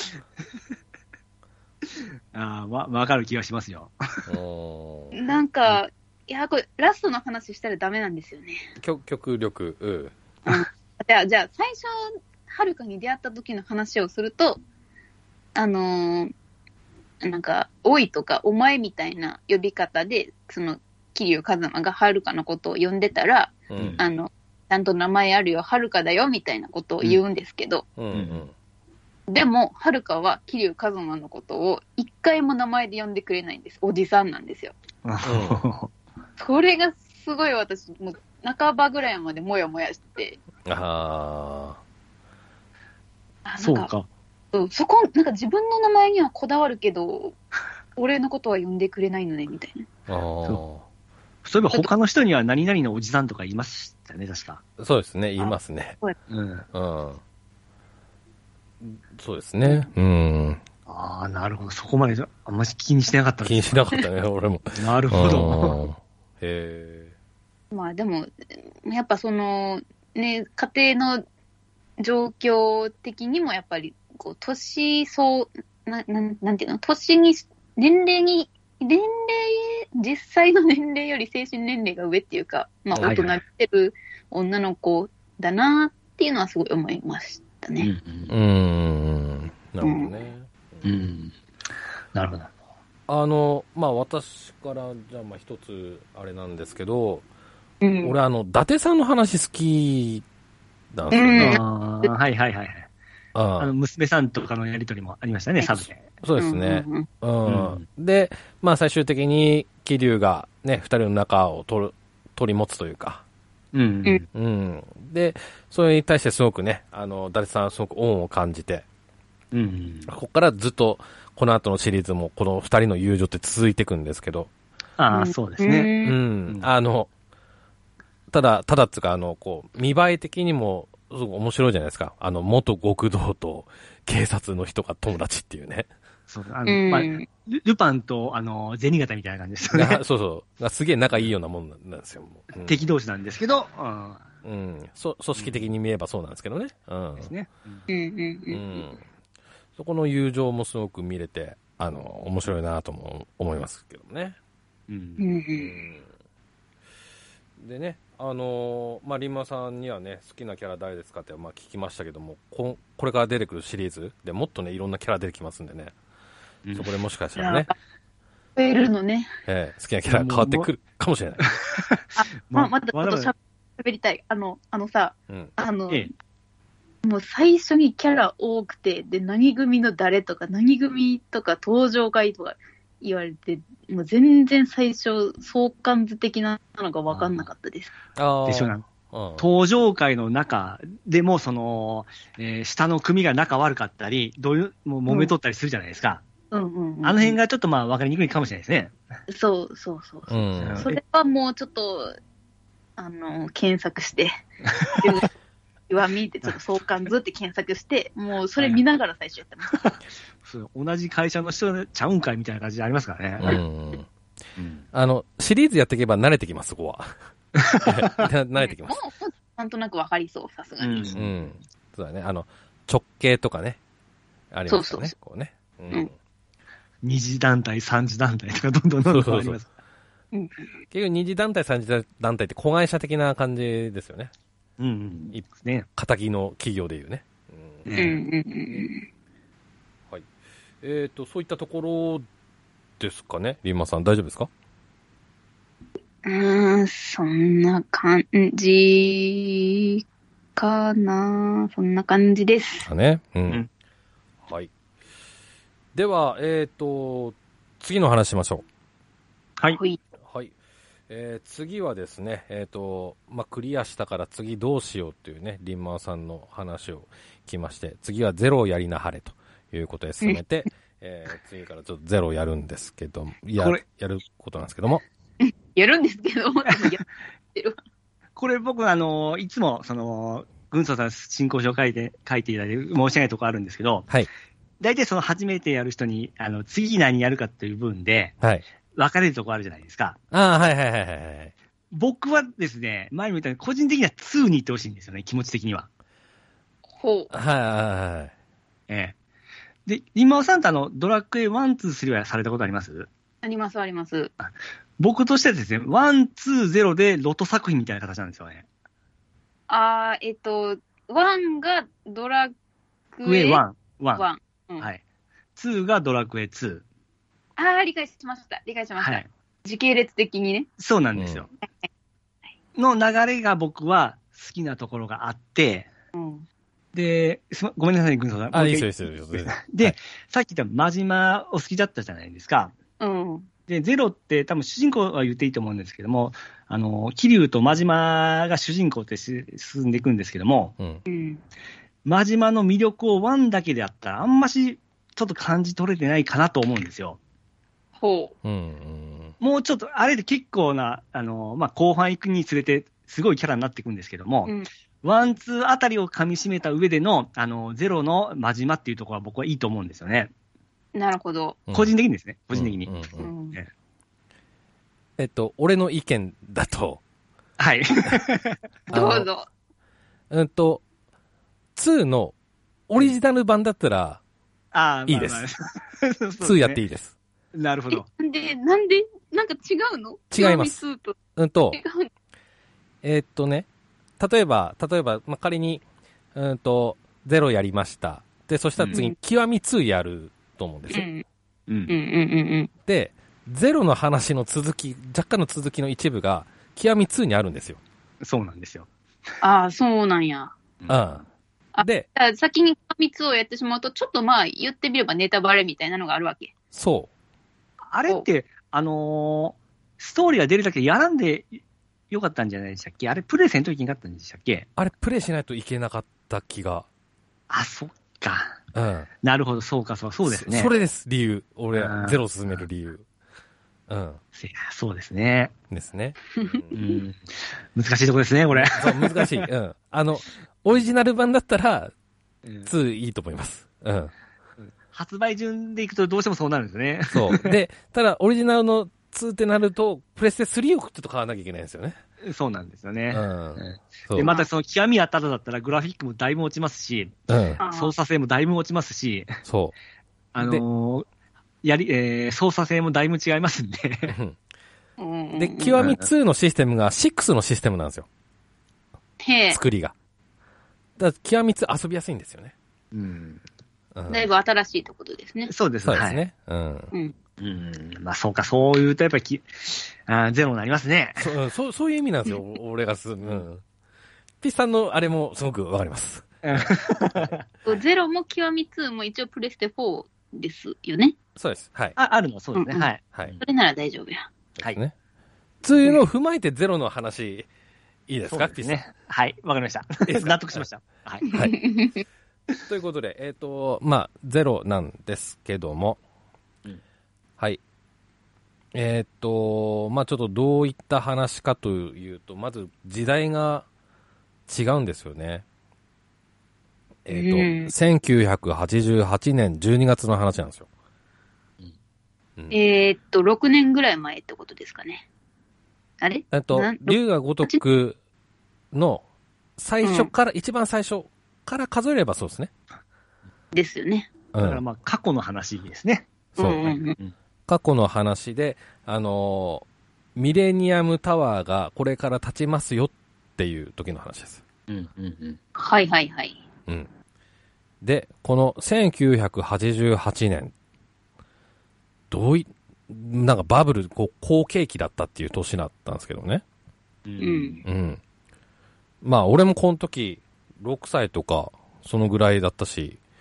ああ、わ、わかる気がしますよ。 なんか、いや、これ、ラストの話したらダメなんですよね。 極極力、うん。うん、 じゃあ、じゃあ、最初、はるかに出会った時の話をすると、あのー、なんか、おいとか、お前みたいな呼び方で、その、桐生一馬がはるかのことを呼んでたら、うん、あの、ちゃんと名前あるよ、はるかだよ、みたいなことを言うんですけど、うんうんうん、でも、はるかは桐生一馬のことを一回も名前で呼んでくれないんです。おじさんなんですよ。うん、それがすごい私、もう半ばぐらいまでもやもやして。 ああ。そうか。 うん、そこ、なんか自分の名前にはこだわるけど、俺のことは呼んでくれないのね、みたいな。 ああ。 そういえば他の人には何々のおじさんとか言いましたよね、確か。 そうですね、言いますね。 うん。 うん。そうですね。うん。 ああ、なるほど。そこまであんまり気にしてなかったです。気にしなかったね、俺も。 なるほど。 へえ。まあでも、やっぱその、ね、家庭の状況的にもやっぱり、こう、年相、な、なん、なんていうの、年に、年齢に、年齢、実際の年齢より精神年齢が上っていうか、まあ大人びてる女の子だなっていうのはすごい思いましたね。 うん。うん、なるほどね。 うん。うん、なるほど。 あの、まあ私から、じゃあまあ一つあれなんですけど、 うん、 俺あの、伊達さんの話好きなんですよね。 うん、あはいはいはい。あの、娘さんとかのやりとりもありましたね、サブで。 そうですね。うん。うん、で、まあ最終的に、桐生がね、二人の仲を取る、取り持つというか。 うん。 うん。で、それに対してすごくね、あの、伊達さんはすごく恩を感じて。 うん。 ここからずっと、この後のシリーズも、この二人の友情って続いていくんですけど。 ああ、そうですね。 うん。あの、ただ、ただっつうか、あの、こう、見栄え的にも、すごく面白いじゃないですか。あの、元極道と警察の人が友達っていうね。 そう、あの、うんまあ、ル, ルパンと、あの、銭形みたいな感じですよね。 そうそう。すげえ仲いいようなもんなんですよ。 うん、敵同士なんですけど、 うん。うん。そ、組織的に見えばそうなんですけどね。うん。 ですね。 うん。うん。 そこの友情もすごく見れて、あの、面白いなとも思いますけどね。 うん。 うんでね、あのー、まあ、リンマさんにはね、好きなキャラ誰ですかって、まあ、聞きましたけども、こ、これから出てくるシリーズでもっとね、いろんなキャラ出てきますんでね、うん、そこでもしかしたらね、 増えるのね。 えー、好きなキャラ変わってくるかもしれない。 あ、まあ、またちょっとしゃべりたい。あの、あのさ、うん、あの、ええ、もう最初にキャラ多くて、で、何組の誰とか、何組とか、登場回とか言われて、もう全然最初、相関図的なのが分かんなかったです。 あでしょうな。登場回の中でも、その、えー、下の組が仲悪かったり、どういう、もう揉めとったりするじゃないですか。 うんうんうんうん、 あの辺がちょっとまあ分かりにくいかもしれないですね。 そうそうそうそう、うん。それはもうちょっと、あの、検索して、弱みってちょっと相関図って検索して、もうそれ見ながら最初やってます。 そう同じ会社の人ちゃうんかいみたいな感じでありますからね。 うんうん、あの、シリーズやっていけば慣れてきます、そこは。慣れてきます。 もう、なんとなくわかりそう、さすがに。 うん。うん。そうだね。あの、直系とかね。ありますからね。そうそうそうこうね。うん。うん、 二次団体、三次団体とかどんどんどんどんあります。そうそうそううん、 結局二次団体、三次団体って子会社的な感じですよね。 うんうん。いいですね。 仇の企業でいうね。 うん。うんうんうんはい。えっと、そういったところですかね。リンマさん、大丈夫ですか？ うーん、そんな感じかな。そんな感じです。 かね。うん。うん、 はい。では、えっと、次の話しましょう。 はい。 はい。えー、次はですね、えっと、まあ、クリアしたから次どうしようっていうね、リンマーさんの話を聞きまして、次はゼロをやりなはれということで進めて、えー、次からちょっとゼロをやるんですけど、や、やることなんですけども。 やるんですけども、やってる。 これ僕、あの、いつも、その、軍曹さん進行書を書いて、書いていただいて申し訳ないところあるんですけど、 はい。 大体その初めてやる人に、あの、次何やるかっていう分で、 はい。 分かれるところあるじゃないですか。 ああ、はいはいはいはい。 僕はですね、前も言ったように、個人的にはにに行ってほしいんですよね、気持ち的には。 ほう。 はいはいはい。 ええ。で、リンマオさんってあの、ドラクエいち、に、さんはされたことあります？ ありますあります。 僕としてはですね、いち、に、ゼロでロト作品みたいな形なんですよね。 あー、えっと、いちがドラクエクエいち。いち。 うん、 はい。にがドラクエに。 あー、理解しました。理解しました。はい、時系列的にね。 そうなんですよ。うん、の流れが僕は好きなところがあって、うん、で、ごめんなさい、軍曹さん。 あ、いいですよ、いいですよ。 で、はい、さっき言った真島お好きだったじゃないですか。 うん。 で、ゼロって多分主人公は言っていいと思うんですけども、あの、桐生と真島が主人公って進んでいくんですけども、うん、真島の魅力をワンだけであったら、あんましちょっと感じ取れてないかなと思うんですよ。 ほう。 うんうん、もうちょっと、あれで結構な、あの、まあ、後半行くにつれて、すごいキャラになっていくんですけども、うん、ワン、ツーあたりを噛み締めた上での、あの、ゼロの真島っていうところは僕はいいと思うんですよね。 なるほど。 個人的にですね、個人的に。 うんうんうん、えっと、俺の意見だと。 はい。 どうぞ。 うんと、にのオリジナル版だったら、いいです。まあまあにやっていいです。 なるほど。 なんで、なんで、なんか違うの？ 違います。うんと、えー、っとね、例えば、例えば、まあ、仮に、うんと、ゼロやりました。で、そしたら次、うん、極みにやると思うんですよ。うん。うんうんうんうん。で、ゼロの話の続き、若干の続きの一部が、極みににあるんですよ。 そうなんですよ。 ああ、そうなんや。 うん。で、 先に極みにをやってしまうと、ちょっとまあ、言ってみればネタバレみたいなのがあるわけ。 そう。 あれって、あのー、ストーリーが出るだけやらんでよかったんじゃないでしたっけ？あれ、プレイせんといけなかったんでしたっけ？ あれ、プレイしないといけなかった気が。 あ、そっか。 うん。 なるほど、そうか、そう、そうですね。 そ, それです、理由。俺、ゼロを進める理由。うん。 そうですね。 ですね。 うん。難しいとこですね、これ。 そう、難しい。うん。あの、オリジナル版だったら、にいいと思います。うん。 発売順でいくとどうしてもそうなるんですね。 そう。で、ただ、オリジナルのにってなると、プレステスリーをちょっと買わなきゃいけないんですよね。 そうなんですよね。うん。 うん、 で、またその極みやったらだったらグラフィックもだいぶ落ちますし、うん、操作性もだいぶ落ちますし、 そう。 あのー、やり、えー、操作性もだいぶ違いますんで。 で、極みにのシステムがろくのシステムなんですよ。 へぇ。 作りが。だから極みに遊びやすいんですよね。 うん。 だいぶ新しいってことですね。 そうですね。 そうですね。はい、うん。 うんうん、まあそうか、そう言うとやっぱりきあゼロになりますね。 そ, そうそういう意味なんですよ、俺がす、うん。ピッさんのあれもすごくわかります。 ゼロも極みにも一応プレステフォーですよね。 そうです。はい。 あ、あるの、そうですね。うんうん、はい。 はい。 それなら大丈夫や。 はい。ね。ついうのを踏まえてゼロの話、いいですか、 ピッさん。ね。はい、わかりました。納得しました。はい。 はい。ということで、えっ、ー、と、まあ、ゼロなんですけども、はい。えー、っと、まあちょっとどういった話かというと、まず時代が違うんですよね。えー、っと、せんきゅうひゃくはちじゅうはちねんじゅうにがつの話なんですよ。 うん、えー、っと、ろくねんぐらい前ってことですかね。あれえっと、龍が如くの最初から、うん、一番最初から数えればそうですね。 ですよね。 だからまあ過去の話ですね。 そう。うんうんうん過去の話で、あのー、ミレニアムタワーがこれから立ちますよっていう時の話です。 うんうんうん。 はいはいはい。 うん。で、このせんきゅうひゃくはちじゅうはちねん、どうい、なんかバブル、こう、好景気だったっていう年だったんですけどね。 うん。 うん。まあ、俺もこの時、ろくさいとか、そのぐらいだったし、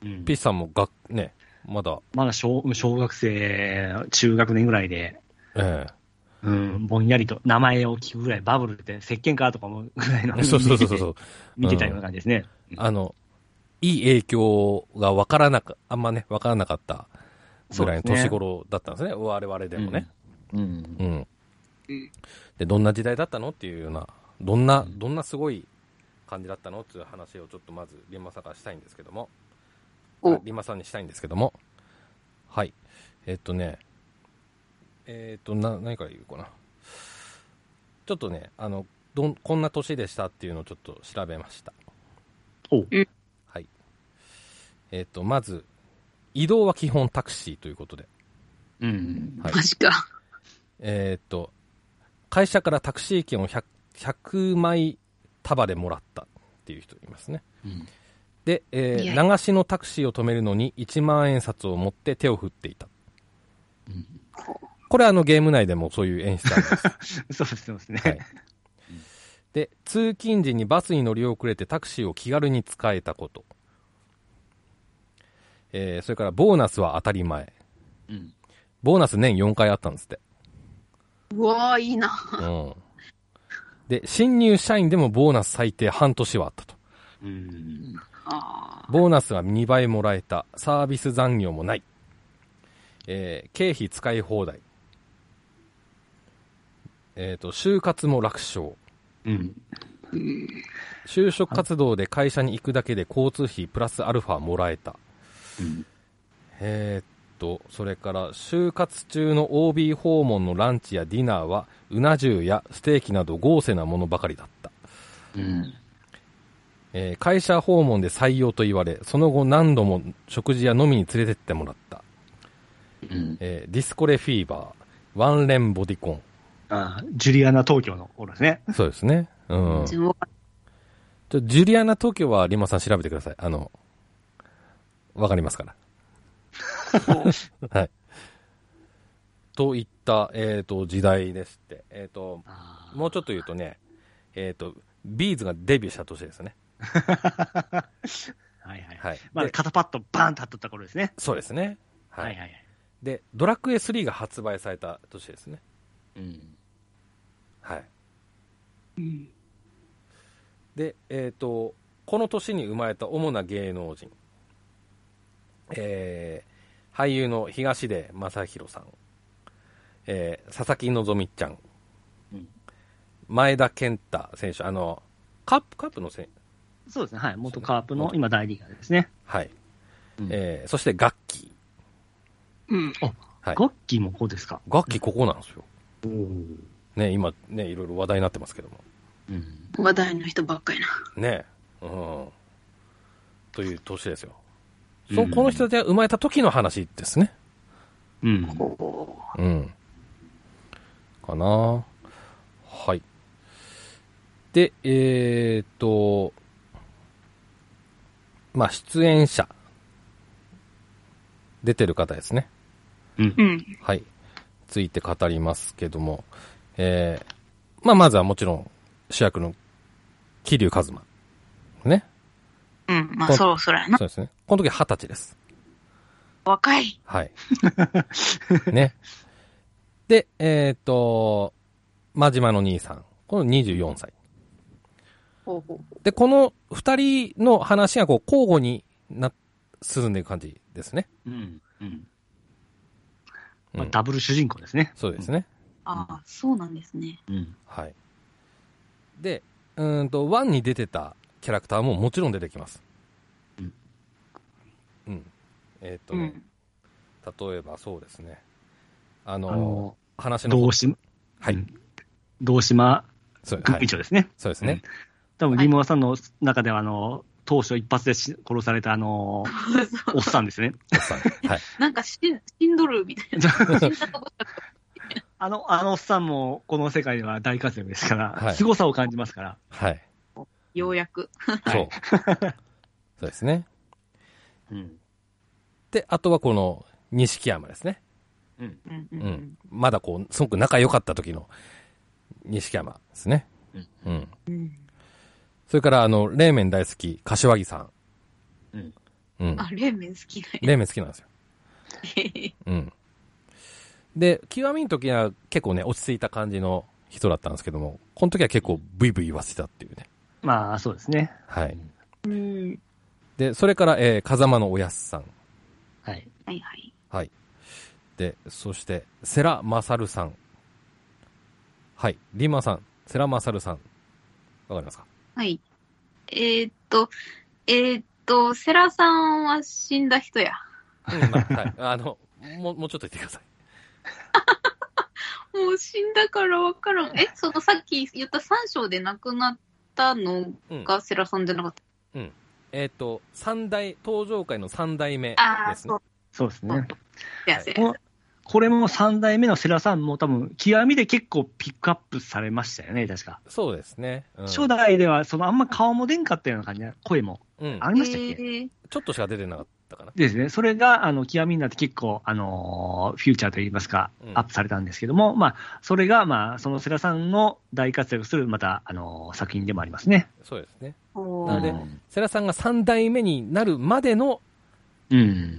うん、ピッチさんもが、ね、まだ。 まだ小、小学生、中学年ぐらいで、ええうん、ぼんやりと名前を聞くぐらい、バブルって石鹸かとかもぐらいのそうそうそうそう。 見てたような感じですね。 うん、あの、いい影響がわからなか、あんまね、わからなかったぐらいの年頃だったんですね、すね我々でもね。うん。うん。うん。で、どんな時代だったのっていうような、どんな、どんなすごい感じだったのっていう話をちょっとまず、リンマさんからしたいんですけども。リンマさんにしたいんですけども。はい。えっとね、えっと、な、何から言うかな。ちょっとね、あの、どん、こんな年でしたっていうのをちょっと調べました。 おはい。えっと、まず、移動は基本タクシーということで。 うん。はい、マジか。 えっと、会社からタクシー券を ひゃく, ひゃくまい束でもらったっていう人いますね。うん、で、えー、流しのタクシーを止めるのにいちまんえん札を持って手を振っていた。うん、これはあのゲーム内でもそういう演出なんです。 そうですね。 はい。で、通勤時にバスに乗り遅れてタクシーを気軽に使えたこと。えー、それからボーナスは当たり前。うん、ボーナス年よんかいあったんですって。 うわー、いいな。 うん。で、新入社員でもボーナス最低半年はあったと。うん。ボーナスはにばいもらえた。サービス残業もない。えー、経費使い放題。えっと、就活も楽勝。うん。就職活動で会社に行くだけで交通費プラスアルファもらえた。うん、えー、っと、それから就活中の オービー 訪問のランチやディナーはうな重やステーキなど豪勢なものばかりだった。うんえー、会社訪問で採用と言われ、その後何度も食事や飲みに連れてってもらった。うんえー、ディスコレフィーバー、ワンレンボディコン。 ああ、ジュリアナ東京の頃ですね。 そうですね。うん。ちょジュリアナ東京はリマさん調べてください。あの、わかりますから。はい。といった、えっ、ー、と、時代ですって。えっ、ー、と、もうちょっと言うとね、えっ、ー、と、ビーズがデビューした年ですね。 はいはい。はい。まあ、肩パッドバーンと貼っとった頃ですね。 そうですね。はい、はいはいはい。で、ドラクエスリーが発売された年ですね。うん。はい。うん。で、えっ、と、この年に生まれた主な芸能人。えー、俳優の東出昌大さん、えー、佐々木希ちゃん、うん、前田健太選手、あの、カープ、カープの選手。そうですね、はい。元カープの今大リーガーですね。 はい。うん、えー、そしてガッキー。うん。あ、はい、ガッキーもここですか。 ガッキーここなんですよ。うん、ね、今ね、いろいろ話題になってますけども。 うん、話題の人ばっかりな。 ね、うん。という年ですよ。そ、うん、この人たちが生まれた時の話ですね。うん。うん。かな。はい。で、えー、っと、まあ、出演者。出てる方ですね。うん。はい。ついて語りますけども、えー、まあ、まずはもちろん、主役の、桐生一馬。ね。 うん、まあ、そろそろやな。 そうですね。この時二十歳です。 若い。 はい。ね。で、えー、っと、真島の兄さん。このにじゅうよんさい。ほうほうほう。で、この二人の話がこう交互にな、進んでいく感じですね。うん。うん。 まあ、ダブル主人公ですね。 そうですね。 うん、ああ、そうなんですね。 うん。はい。で、うーんと、ワンに出てたキャラクターももちろん出てきます。うん。うん。えー、っとね、うん、例えばそうですね。あのー、あのー、話の。 道島。はい。道島組長ですね。 そうですね。うん、 多分、リモアさんの中では、あの、当初一発で殺された、あのー、おっさんですね。 おっさん。はい。 なんか死んどるみたいな。 あの、あのおっさんもこの世界では大活躍ですから、はい、凄さを感じますから。 はい。 ようやく。 そう。そうですね。うん。で、あとはこの、錦山ですね。うん。うん。まだこう、すごく仲良かった時の、錦山ですね。うん。うん。それから、あの、冷麺大好き、柏木さん。うん。 うん。 あ、冷麺好きなんや。 冷麺好きなんですよ。うん。で、極みの時は結構ね、落ち着いた感じの人だったんですけども、この時は結構ブイブイ言わせてたっていうね。 まあ、そうですね。 はい。 うん。 で、それから、えー、風間のおやすさん。 はい。 はいはい。 はい。で、そして、世良勝さん。はい。リンマさん、世良勝さん。わかりますか？ はい。えー、っと、えー、っと、世良さんは死んだ人や。 うん、まあ、はい。あの、もう、もうちょっと言ってください。 もう死んだからわからん。え、そのさっき言ったさん章で亡くなったのが世良さんじゃなかった？ うん。うん、えっ、ー、と、三代、登場界の三代目ですね。 そうそうですね。 はい、 これも三代目の世良さんも多分、極みで結構ピックアップされましたよね、確か。 そうですね。 うん、初代では、そのあんま顔も出んかったような感じな声も、ありましたっけ、うん、 ちょっとしか出てなかったかな。 ですね。それが、あの、極みになって結構、あのー、フューチャーといいますか、うん、アップされたんですけども、まあ、それが、まあ、その世良さんの大活躍する、また、あのー、作品でもありますね。 そうですね。なので、世良さんが三代目になるまでの、 うん。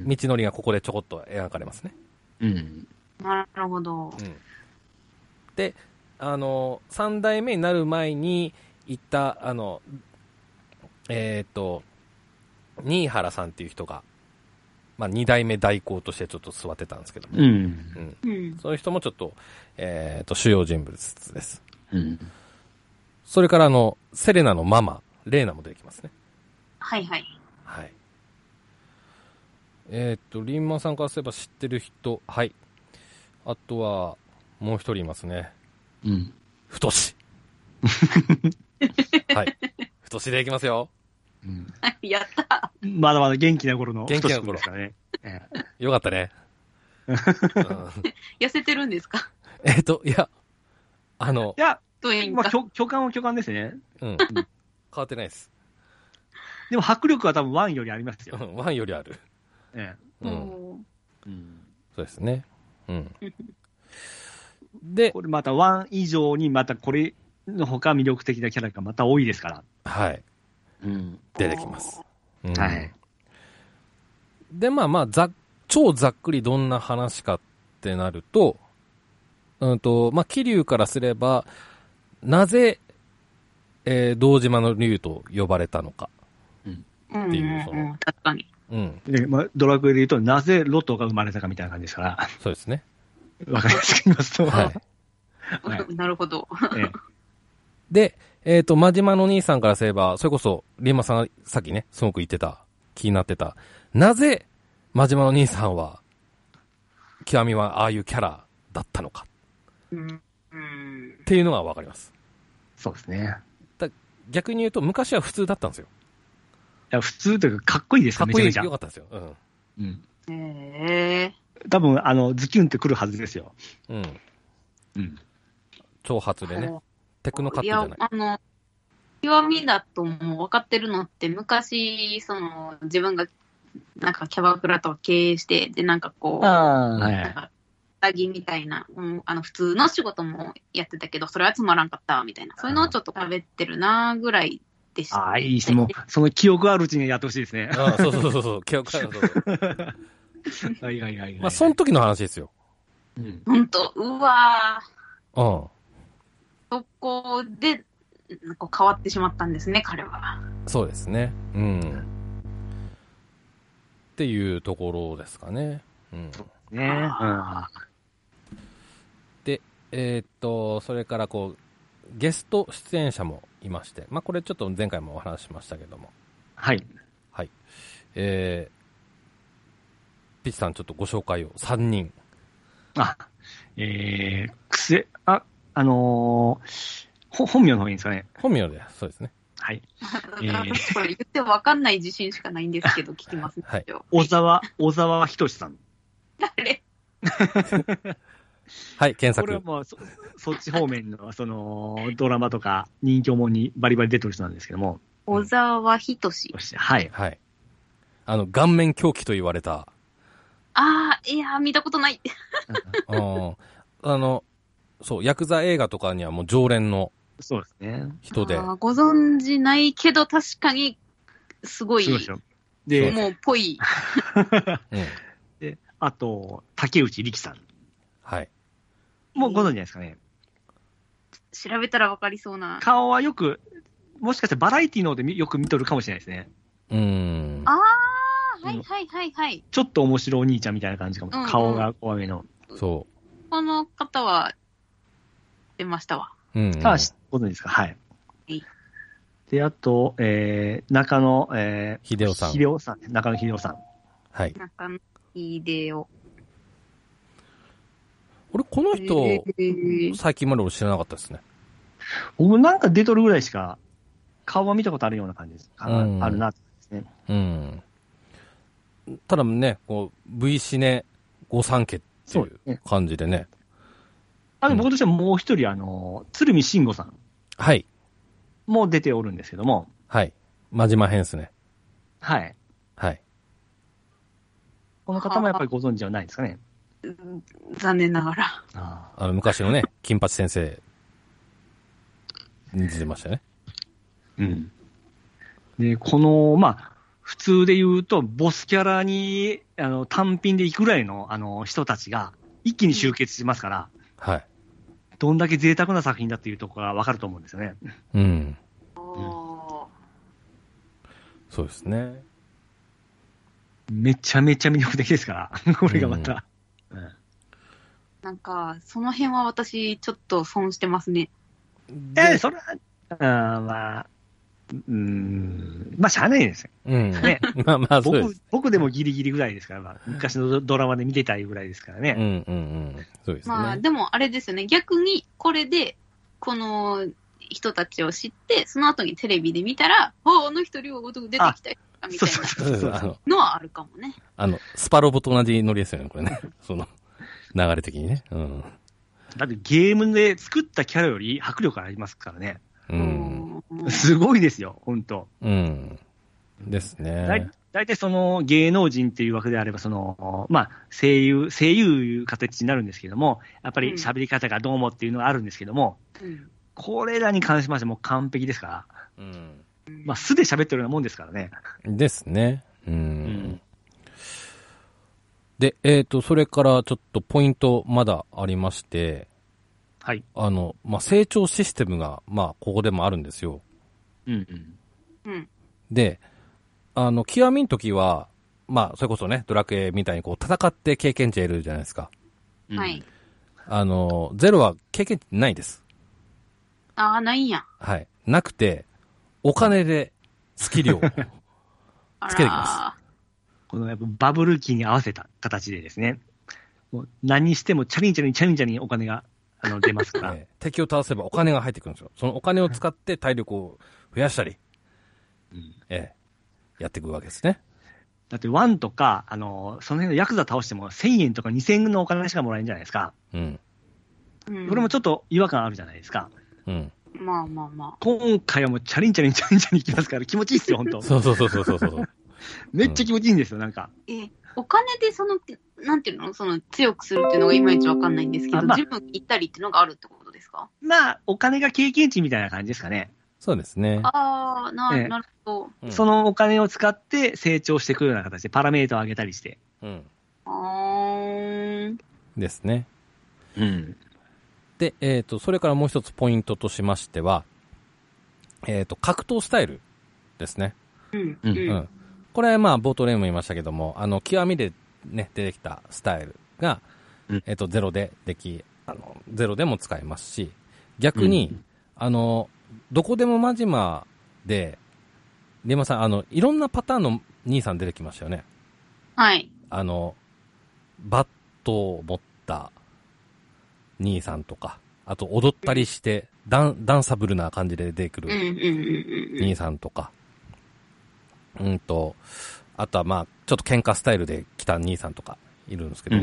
道のりがここでちょこっと描かれますね。 うん。 なるほど。うん、 で、あの、三代目になる前に行った、あの、えっ、ー、と、新原さんっていう人が、まあ、二代目代行としてちょっと座ってたんですけども、 うんうん、そういう人もちょっと、えっ、ー、と、主要人物です。 うん、 それから、あの、セレナのママ、レーナも出てきますね。 はいはい。 はい。えっ、ー、と、リンマさんからすれば知ってる人、はい。あとは、もう一人いますね。 うん。 太し。はい。太しでいきますよ。 うん、 やった。 まだまだ元気な頃の元気な頃ですからね。 よかったね。うん、 痩せてるんですか？ えっ、ー、と、いや、あの、 いや、まあ、巨漢は巨漢ですね。 うん。うん、変わってないです。 でも迫力は多分ワンよりありますよ。 うん、ワンよりある。 ええ。うん。うん、そうですね。うん。 で、これまたワン以上にまたこれの他魅力的なキャラがまた多いですから。 はい。 うん。 出てきます。 うん、はい。 で、まあまあ、ざ、超ざっくりどんな話かってなると、うんと、まあ、桐生からすれば、なぜ、えー、堂島の竜と呼ばれたのか。 うん。っていう、その、うんうん、確かに。 うん。 で、まあ、ドラクエで言うと、なぜロトが生まれたかみたいな感じですから。 そうですね。 わかりやすく言いますと。はい。 はい、なるほど。 ええ、 で、えっ、ー、と、真島の兄さんからすれば、それこそ、リンマさんがさっきね、すごく言ってた、気になってた。なぜ、真島の兄さんは、極みはああいうキャラだったのか。 うん。 っていうのがわかります。 そうですね。 だ逆に言うと、昔は普通だったんですよ。 いや、普通というか、かっこいいですか、 かっこいい。 めちゃめちゃ。 よかったですよ。うん。 うん。 へえー。 多分、あの、ズキュンってくるはずですよ。 うん。 うん。 挑発でね。テクノカットじゃない。いや、 あの、極みだともう分かってるのって、昔、その、自分が、なんかキャバクラとか経営して、で、なんかこう、 あはい、 下着みたいな、うん、あの、普通の仕事もやってたけど、それはつまらんかった、みたいな。そういうのをちょっと食べてるなぐらいでした、ね。 ああ、いいです。もう、その記憶あるうちにやってほしいですね。 ああ、そうそうそうそう、記憶ある。 はいはいはい、はい。 まあ、その時の話ですよ。 うん。ほんと、うわー。うん。 そこで、こう変わってしまったんですね、彼は。 そうですね。うん。っていうところですかね。うん。 ねうん、 で、えー、っと、それからこう、ゲスト出演者もいまして、まあこれちょっと前回もお話ししましたけども。 はい。 はい。えー、ピチさんちょっとご紹介を、さんにん。 あ、えー、くせ、あ、あのー、ほ本名の方がいいんですかね。 本名で、そうですね。 はい。 えー、これ言って分かんない自信しかないんですけど、聞きますね。 はい。 小沢、小沢仁さん。 誰はい、検索。 これはもうそ、そっち方面の、その、ドラマとか人気者にバリバリ出てる人なんですけども。 小沢仁志。 はい。 はい。あの、顔面狂気と言われた。 ああ、いや、見たことない。 あの、そう、ヤクザ映画とかにはもう常連のそうですね。 人で。 ご存じないけど、確かに、すごい。 すごいでしょ。 で、 もうぽい。 うん、で、あと、竹内力さん。 はい。 もうご存知ないですかね。 調べたらわかりそうな。 顔はよく、もしかしてバラエティのでよく見とるかもしれないですね。 うーん。 ああ、はいはいはいはい。 ちょっと面白いお兄ちゃんみたいな感じかも。うんうん、顔が怖めの。 そう。 この方は、出ましたわ。 うん、うん。あ、ご存知ですか。はい。はい。で、あと、えー、中野、えー、 秀夫さん。 秀夫さん。中野秀夫さん。 はい。 中野秀夫。 俺、この人、えー、最近まで俺知らなかったですね。 僕なんか出とるぐらいしか、顔は見たことあるような感じです。うん、あるな、ですね。 うん。ただね、こう、V シネ御三家っていう感じでね。 あと僕としてはもう一人、あの、鶴見慎吾さん。 はい。 も出ておるんですけども。 はい。真島編ですね。 はい。 はい。 この方もやっぱりご存知はないですかね。 残念ながら。 ああの、昔のね、金八先生に出てましたよね。 うん。で、この、まあ、普通で言うと、ボスキャラに、あの、単品で行くぐらいの、あの、人たちが、一気に集結しますから、 はい。 どんだけ贅沢な作品だっていうところがわかると思うんですよね。 うん。うん、そうですね。 めちゃめちゃ魅力的ですから、これがまた。うんうん、 なんか、その辺は私、ちょっと損してますね。 えー、それは、あまあ、うーん、まあ、しゃあないですよ。 うん。ね。まあまあ、そうです。 僕、僕でもギリギリぐらいですから、まあ、昔のドラマで見てたいぐらいですからね。 うんうんうん。そうですね。 まあ、でもあれですよね。逆に、これで、この人たちを知って、その後にテレビで見たら、あ、あの人、両ごとく出てきたよ、みたいなのはあるかもね。 あの、スパロボと同じノリですよね、これね。その、流れ的にね。うん。 だってゲームで作ったキャラより迫力ありますからね。 うん。 すごいですよ、本当。 うん。ですね。だいだいたいその芸能人っていう枠であれば、その、まあ、声優、声優いう形になるんですけども、やっぱり喋り方がどうもっていうのがあるんですけども、うん、これらに関しましても完璧ですから、うん、まあ、素で喋ってるようなもんですからね。 ですね。うん。うん、で、えっと、それからちょっとポイントまだありまして、 はい。 あの、まあ、成長システムが、まあ、ここでもあるんですよ。 うんうん。 うん。 で、あの、極みの時は、まあ、それこそね、ドラクエみたいにこう、戦って経験値得るじゃないですか。 はい。 あの、ゼロは経験値ないです。 ああ、ないんや。 はい。なくて、お金でスキルをつけてきます。 このやっぱバブル期に合わせた形でですね、もう何してもチャリンチャリンチャリンチャリンお金があの出ますから、 ね。敵を倒せばお金が入ってくるんですよ。そのお金を使って体力を増やしたり、うん、ええ、やっていくわけですね。 だってワンとか、あの、その辺のヤクザ倒してもせんえんとかにせんえんのお金しかもらえるんじゃないですか。 うん。 これもちょっと違和感あるじゃないですか。 うん。 まあまあまあ。 今回はもうチャリンチャリンチャリンチャリンいきますから気持ちいいっすよ、ほんと。 そうそうそうそうそうそう。 めっちゃ気持ちいいんですよ、なんか。 え、お金でその、なんていうのその強くするっていうのがいまいちわかんないんですけど、まあ、ジム行ったりっていうのがあるってことですか？ まあ、お金が経験値みたいな感じですかね。 そうですね。 ああ、な、ええ、なるほど、うん。そのお金を使って成長していくような形でパラメータを上げたりして。 うん。 あー。 ですね。 うん。 で、えっと、それからもう一つポイントとしましては、えっと、格闘スタイルですね。 うん。 うん。うん、これ、まあ、冒頭でも言いましたけども、あの、極みでね、出てきたスタイルが、うん、えっと、ゼロででき、あの、ゼロでも使えますし、逆に、うん、あの、どこでもマジマで、リマさん、あの、いろんなパターンの兄さん出てきましたよね。 はい。 あの、バットを持った兄さんとか、あと踊ったりして、ダン、ダンサブルな感じで出てくる兄さんとか、うんと、あとはまあ、ちょっと喧嘩スタイルで来た兄さんとかいるんですけど、うん、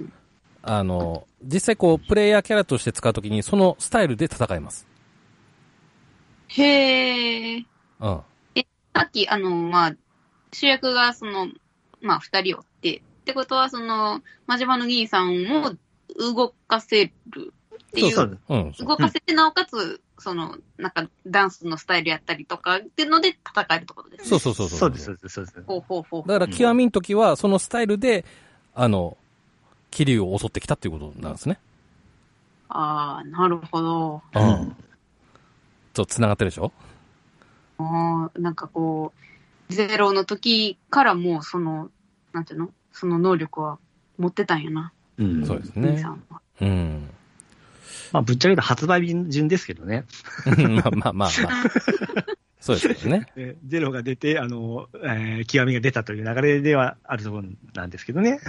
あの、実際こう、プレイヤーキャラとして使うときに、そのスタイルで戦えます。 へー。 うん。 え、さっき、あの、まあ、主役がその、まあ、二人おって、ってことは、その、真島の兄さんを動かせるっていう、そうそう、うん、動かせて、なおかつ、 その、なんか、ダンスのスタイルやったりとかっていうので戦えるってことですね。 そうそうそうそう。 そうです、そうです、そうです。 ほうほうほう。 だから、極みの時は、そのスタイルで、あの、桐生を襲ってきたっていうことなんですね。 ああ、なるほど。 うん。ちょっと繋がってるでしょ？ ああ、なんかこう、ゼロの時からもうその、なんていうの？その能力は持ってたんやな。 うん。そうですね。うん。 まあ、ぶっちゃけ言うと発売日順ですけどね。 まあまあまあまあ。そうですけどね。 ゼロが出て、あの、えー、極みが出たという流れではあるところなんですけどね。 うん。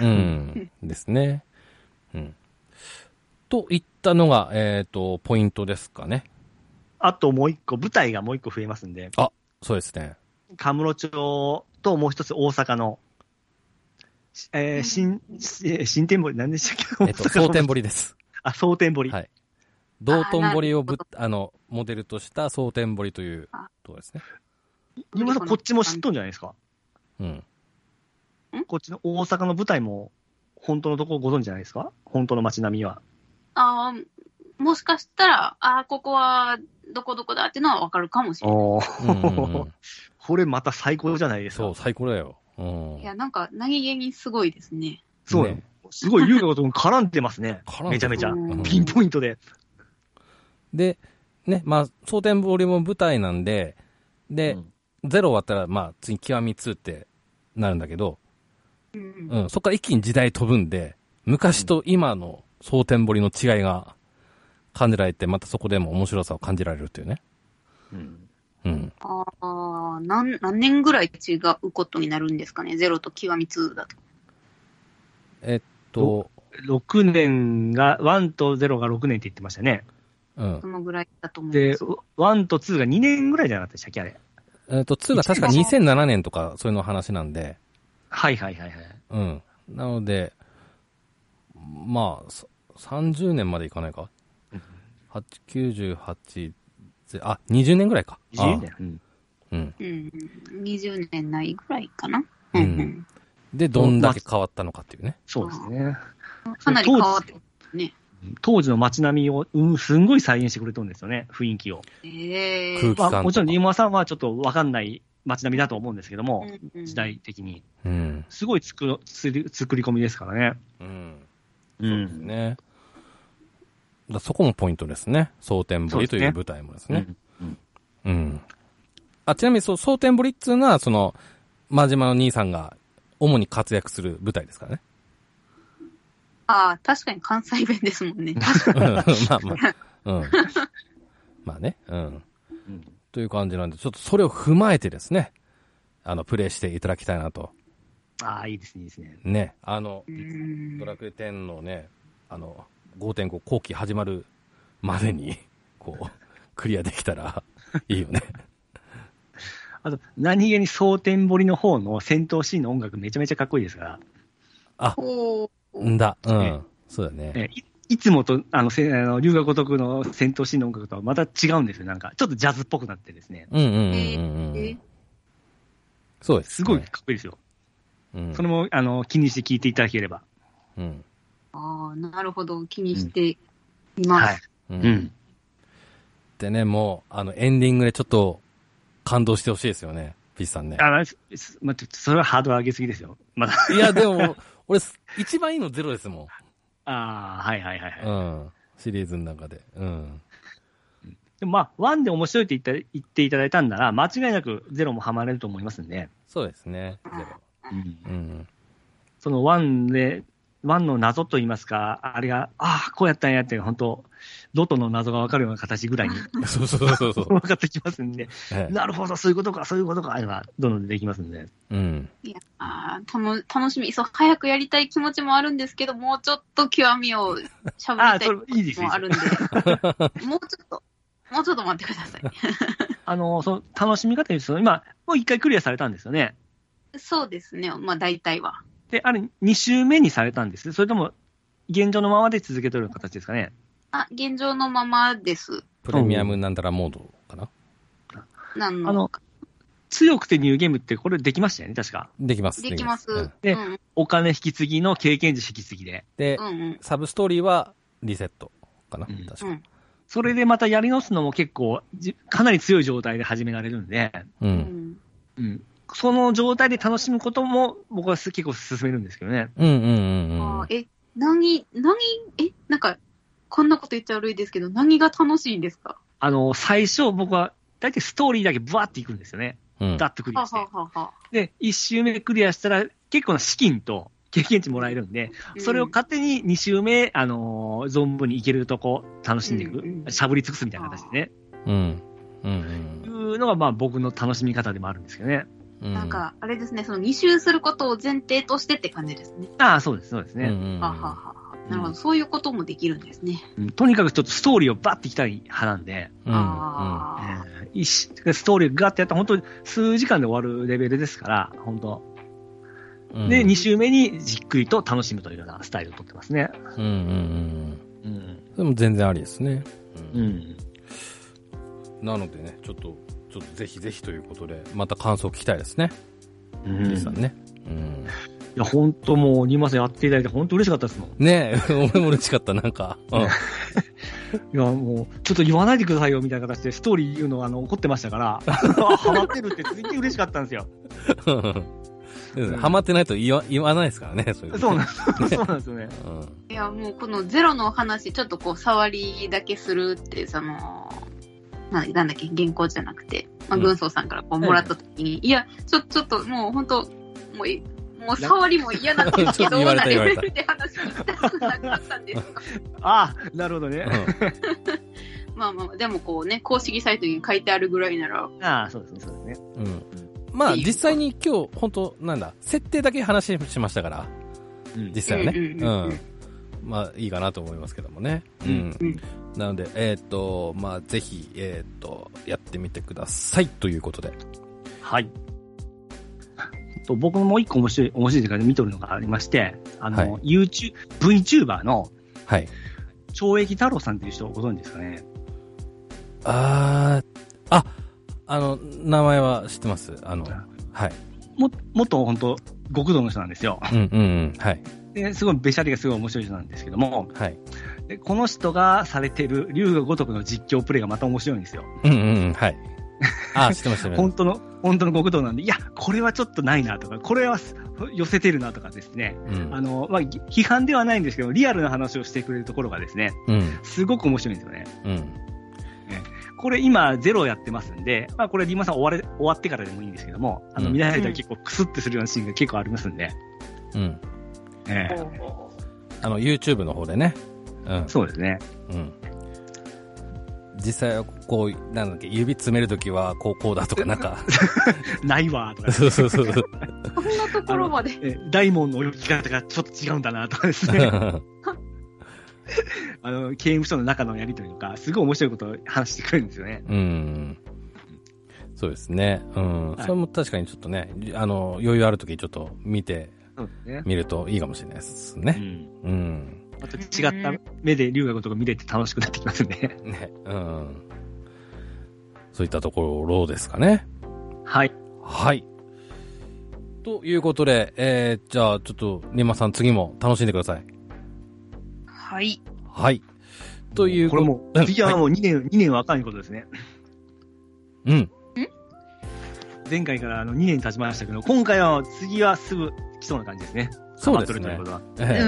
ですね。うん。といったのが、えっと、ポイントですかね。 あともう一個、舞台がもう一個増えますんで。 あ、そうですね。 カムロ町ともう一つ大阪の、えー、新、新天堀、何でしたっけ？ えっと、蒼天堀です。 あ、蒼天堀。 はい。道頓堀をぶあの、モデルとした蒼天堀というところですね。 今さんこっちも知っとんじゃないですか？うん。こっちの大阪の舞台も、本当のところご存知じゃないですか？本当の街並みは。 ああ、もしかしたら、ああ、ここはどこどこだっていうのはわかるかもしれない。おー。これまた最高じゃないですか。 そう、最高だよ。うん。 いや、なんか、何気にすごいですね。 そうね。すごい、優香と絡んでますね。めちゃめちゃ。ピンポイントで。 で、ね、まあ、蒼天堀も舞台なんで、で、うん、ゼロ終わったら、まあ、次、極みツーってなるんだけど、うん、うん、そこから一気に時代飛ぶんで、昔と今の蒼天堀の違いが感じられて、またそこでも面白さを感じられるっていうね。うん。うん。 ああ、何、何年ぐらい違うことになるんですかね、ゼロと極みツーだと。 えっと、 ろくねんが、ワンとゼロがろくねんって言ってましたね。 うん。そのぐらいだと思う。 で、ワンとツーがにねんぐらいじゃなかったでしたっけ、あれ。 えっと、ツーが確かにせんななねんとか、そういうの話なんで。 はいはいはいはい。 うん。なので、まあ、さんじゅうねんまでいかないか、はち、きゅうじゅうはち、あ、にじゅうねんぐらいか。 にじゅうねん。うん。 うん。うん。にじゅうねんないぐらいかな。 うん。で、どんだけ変わったのかっていうね。 そうですね。 かなり変わってね。 当時の街並みを、うん、すんごい再現してくれたんですよね、雰囲気を。 えー、空気感、まあ、 もちろん、リモアさんはちょっとわかんない街並みだと思うんですけども、うんうん、時代的に。うん、すごい作る作り込みですからね。うん。 そうですね。だそこもポイントですね。蒼天堀という舞台もですね。うん。うん、あ、ちなみに、そう、蒼天堀っていうのは、その、真島の兄さんが主に活躍する舞台ですからね。 ああ、確かに関西弁ですもんね。確かに。まあまあ。うん。まあね。うん。うん、という感じなんで、ちょっとそれを踏まえてですね、あの、プレイしていただきたいなと。 ああ、いいですね、いいですね。 ね。あの、ドラクエテンのね、あの、ごてんご 後期始まるまでに、こう、クリアできたらいいよね。 あと、何気に蒼天堀の方の戦闘シーンの音楽めちゃめちゃかっこいいですから。 あ、んだ、うん、ね、そうだね。 えい、いつもと、あの、せあの龍が如くの戦闘シーンの音楽とはまた違うんですよ。なんか、ちょっとジャズっぽくなってですね。 うんうんうんうん、うん。そうです、ね。 すごいかっこいいですよ。うん。それも、あの、気にして聞いていただければ。 うん。ああ、なるほど。気にしています。うん、はい。 うん。うん、でね、もう、あの、エンディングでちょっと感動してほしいですよね。ピッチさんね。 あ、ま、それはハードル上げすぎですよ。まだ。 いや、でも、俺、一番いいのゼロですもん。 ああ、はいはいはいはい。 うん。シリーズの中で。うん。 でもまあ、ワンで面白いって言った言っていただいたんなら、間違いなくゼロもハマれると思いますんで。 そうですね、ゼロ。うん。 うん、そのワンで、ワンの謎といいますか、あれが、ああ、こうやったんやって、本当ロトの謎が分かるような形ぐらいに。 そうそうそうそう。 分かってきますんで、ええ。なるほど、そういうことか、そういうことか、あれは、どんどんできますんで。 うん。 いやあたの楽しみ、そう、早くやりたい気持ちもあるんですけど、もうちょっと極みを喋りたい気持ちもあるんで、もうちょっと、もうちょっと待ってください。 あの、その楽しみ方ですと、今、もう一回クリアされたんですよね。 そうですね、まあ大体は。 で、あれ、に周目にされたんです。それとも、現状のままで続けてる形ですかね。 あ、現状のままです。 プレミアムなんだらモードかな。 なんのあの、強くてニューゲームってこれできましたよね、確か。 できます。 できます。 で、うん、お金引き継ぎの経験値引き継ぎで。 で、うんうん、サブストーリーはリセットかな、うん、確か。 それでまたやり直すのも結構、かなり強い状態で始められるんで、 うん。 うん。その状態で楽しむことも、僕は結構進めるんですけどね。 うんうんうんうん。 あえ、何、何、え、なんか、こんなこと言っちゃ悪いですけど、何が楽しいんですか？ あの、最初僕は、だいたいストーリーだけブワーっていくんですよね。うん。ダッとクリアして。はははで、一周目クリアしたら、結構な資金と経験値もらえるんで、うん、それを勝手に二周目、あのー、存分にいけるとこ、楽しんでいく。うんうん、しゃぶり尽くすみたいな形でね。 うん。うんうん。いうのが、まあ僕の楽しみ方でもあるんですけどね。 なんか、あれですね、その二周することを前提としてって感じですね。 ああ、そうです、そうですね。うんうん、 はははなるほど、そういうこともできるんですね。 うん、とにかくちょっとストーリーをバッていきたい派なんで、うんあえー、ストーリーガッてやったら本当に数時間で終わるレベルですから、本当。うん、で、二周目にじっくりと楽しむというようなスタイルをとってますね。 うんうんうん。うん。それも全然ありですね。うん。うん、なのでね、ちょっと、ちょっとぜひぜひということで、また感想聞きたいですね。うん。リさんね。うん。 いや、ほんともう、ニマさんやっていただいて、ほんと嬉しかったですもん。 ねえ、俺も嬉しかった、なんか。うん、いや、もう、ちょっと言わないでくださいよ、みたいな形で、ストーリー言うの、あの、怒ってましたから、ハマってるって、すげえ嬉しかったんですよ。 ハマってないと言わ、言わないですからね、 そういうの。そうなんです。そうなんですよね。 うん、いや、もう、このゼロの話、ちょっとこう、触りだけするって、その、ななんだっけ、原稿じゃなくて、まあ、軍曹さんからこう、もらったときに、うん、いや、ちょ、ちょっと、もう、ほんと、もう、もう触りも嫌なんですけど、どうなレベルで話をしたくなかったんですああ、なるほどね。 うん、まあまあ、でもこうね、公式サイトに書いてあるぐらいなら。 ああ、そうですね、そうですね。 うん。まあ、実際に今日、本当なんだ、設定だけ話しましたから、うん、実際はね。うん。うんうん、まあ、いいかなと思いますけどもね。うん。うん、なので、えっ、ー、と、まあ、ぜひ、えっ、ー、と、やってみてくださいということで。 はい。僕ももう一個面白い、面白い時間で見とるのがありまして、あの、はい、YouTube、VTuber の、 はい。 懲役太郎さんっていう人をご存知ですかね？ あー、あ、あの、名前は知ってます。あの、はい。 も、もっと本当極道の人なんですよ。 うんうんうん、はい。 で、すごい、べしゃりがすごい面白い人なんですけども、 はい。 で、この人がされてる龍が如くの実況プレイがまた面白いんですよ。 うんうんうん、はい。あ、知ってましたね。 本当の、本当の極道なんで、いや、これはちょっとないなとか、これは寄せてるなとかですね。うん、あの、まあ、批判ではないんですけど、リアルな話をしてくれるところがですね、うん、すごく面白いんですよね。うん。ね、これ今、ゼロやってますんで、まあ、これ、リマさん終われ、終わってからでもいいんですけども、あの、見られたら結構クスってするようなシーンが結構ありますんで。 うん。ええ。あの、YouTube の方でね。 うん。そうですね。 うん。実際はこう、なんだっけ、指詰めるときはこうこうだとかなんか。 ないわとか。 そうそうそう。そんなところまで。 大門の泳ぎ方がちょっと違うんだなとかですね。あの、刑務所の中のやりとりとか、すごい面白いことを話してくれるんですよね。 うん。そうですね。うん。はい、それも確かにちょっとね、あの、余裕あるときちょっと見て、ね、見るといいかもしれないですね。うん。うんまた違った目で龍が如く見れて楽しくなってきますね。 ね。うん。そういったところですかね。 はい。 はい。ということで、えー、じゃあちょっと、リンマさん次も楽しんでください。 はい。 はい。というこれも、次はもうにねん、はい、にねんはあかんことですね。 うん。 前回からあのにねん経ちましたけど、今回は次はすぐ来そうな感じですね。 そうですね。え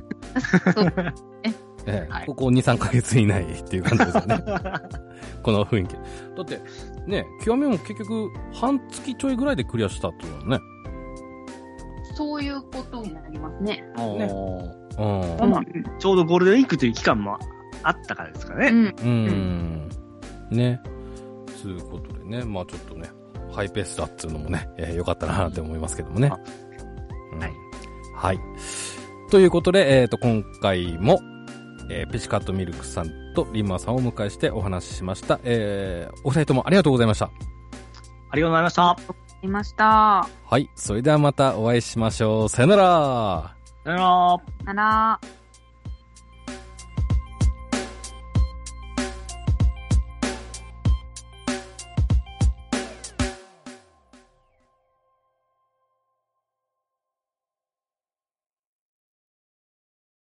ええ、ここに、さんかげつ以内っていう感じですよね。この雰囲気。だって、ね、極めも結局、半月ちょいぐらいでクリアしたっていうのね。 そういうことになりますね。 ねうん、ちょうどゴールデンウィークという期間もあったからですからね。 うん。うんね。つうことでね、まあちょっとね、ハイペースだっていうのもね、えー、よかったなって思いますけどもね。うん、はい。はい。ということで、えっと、今回も、えー、ペチカットミルクさんとリンマーさんをお迎えしてお話ししました。えー、お二人ともありがとうございました。 ありがとうございました。ありがとうございました。 はい。それではまたお会いしましょう。さよなら。 さよなら。 さよなら。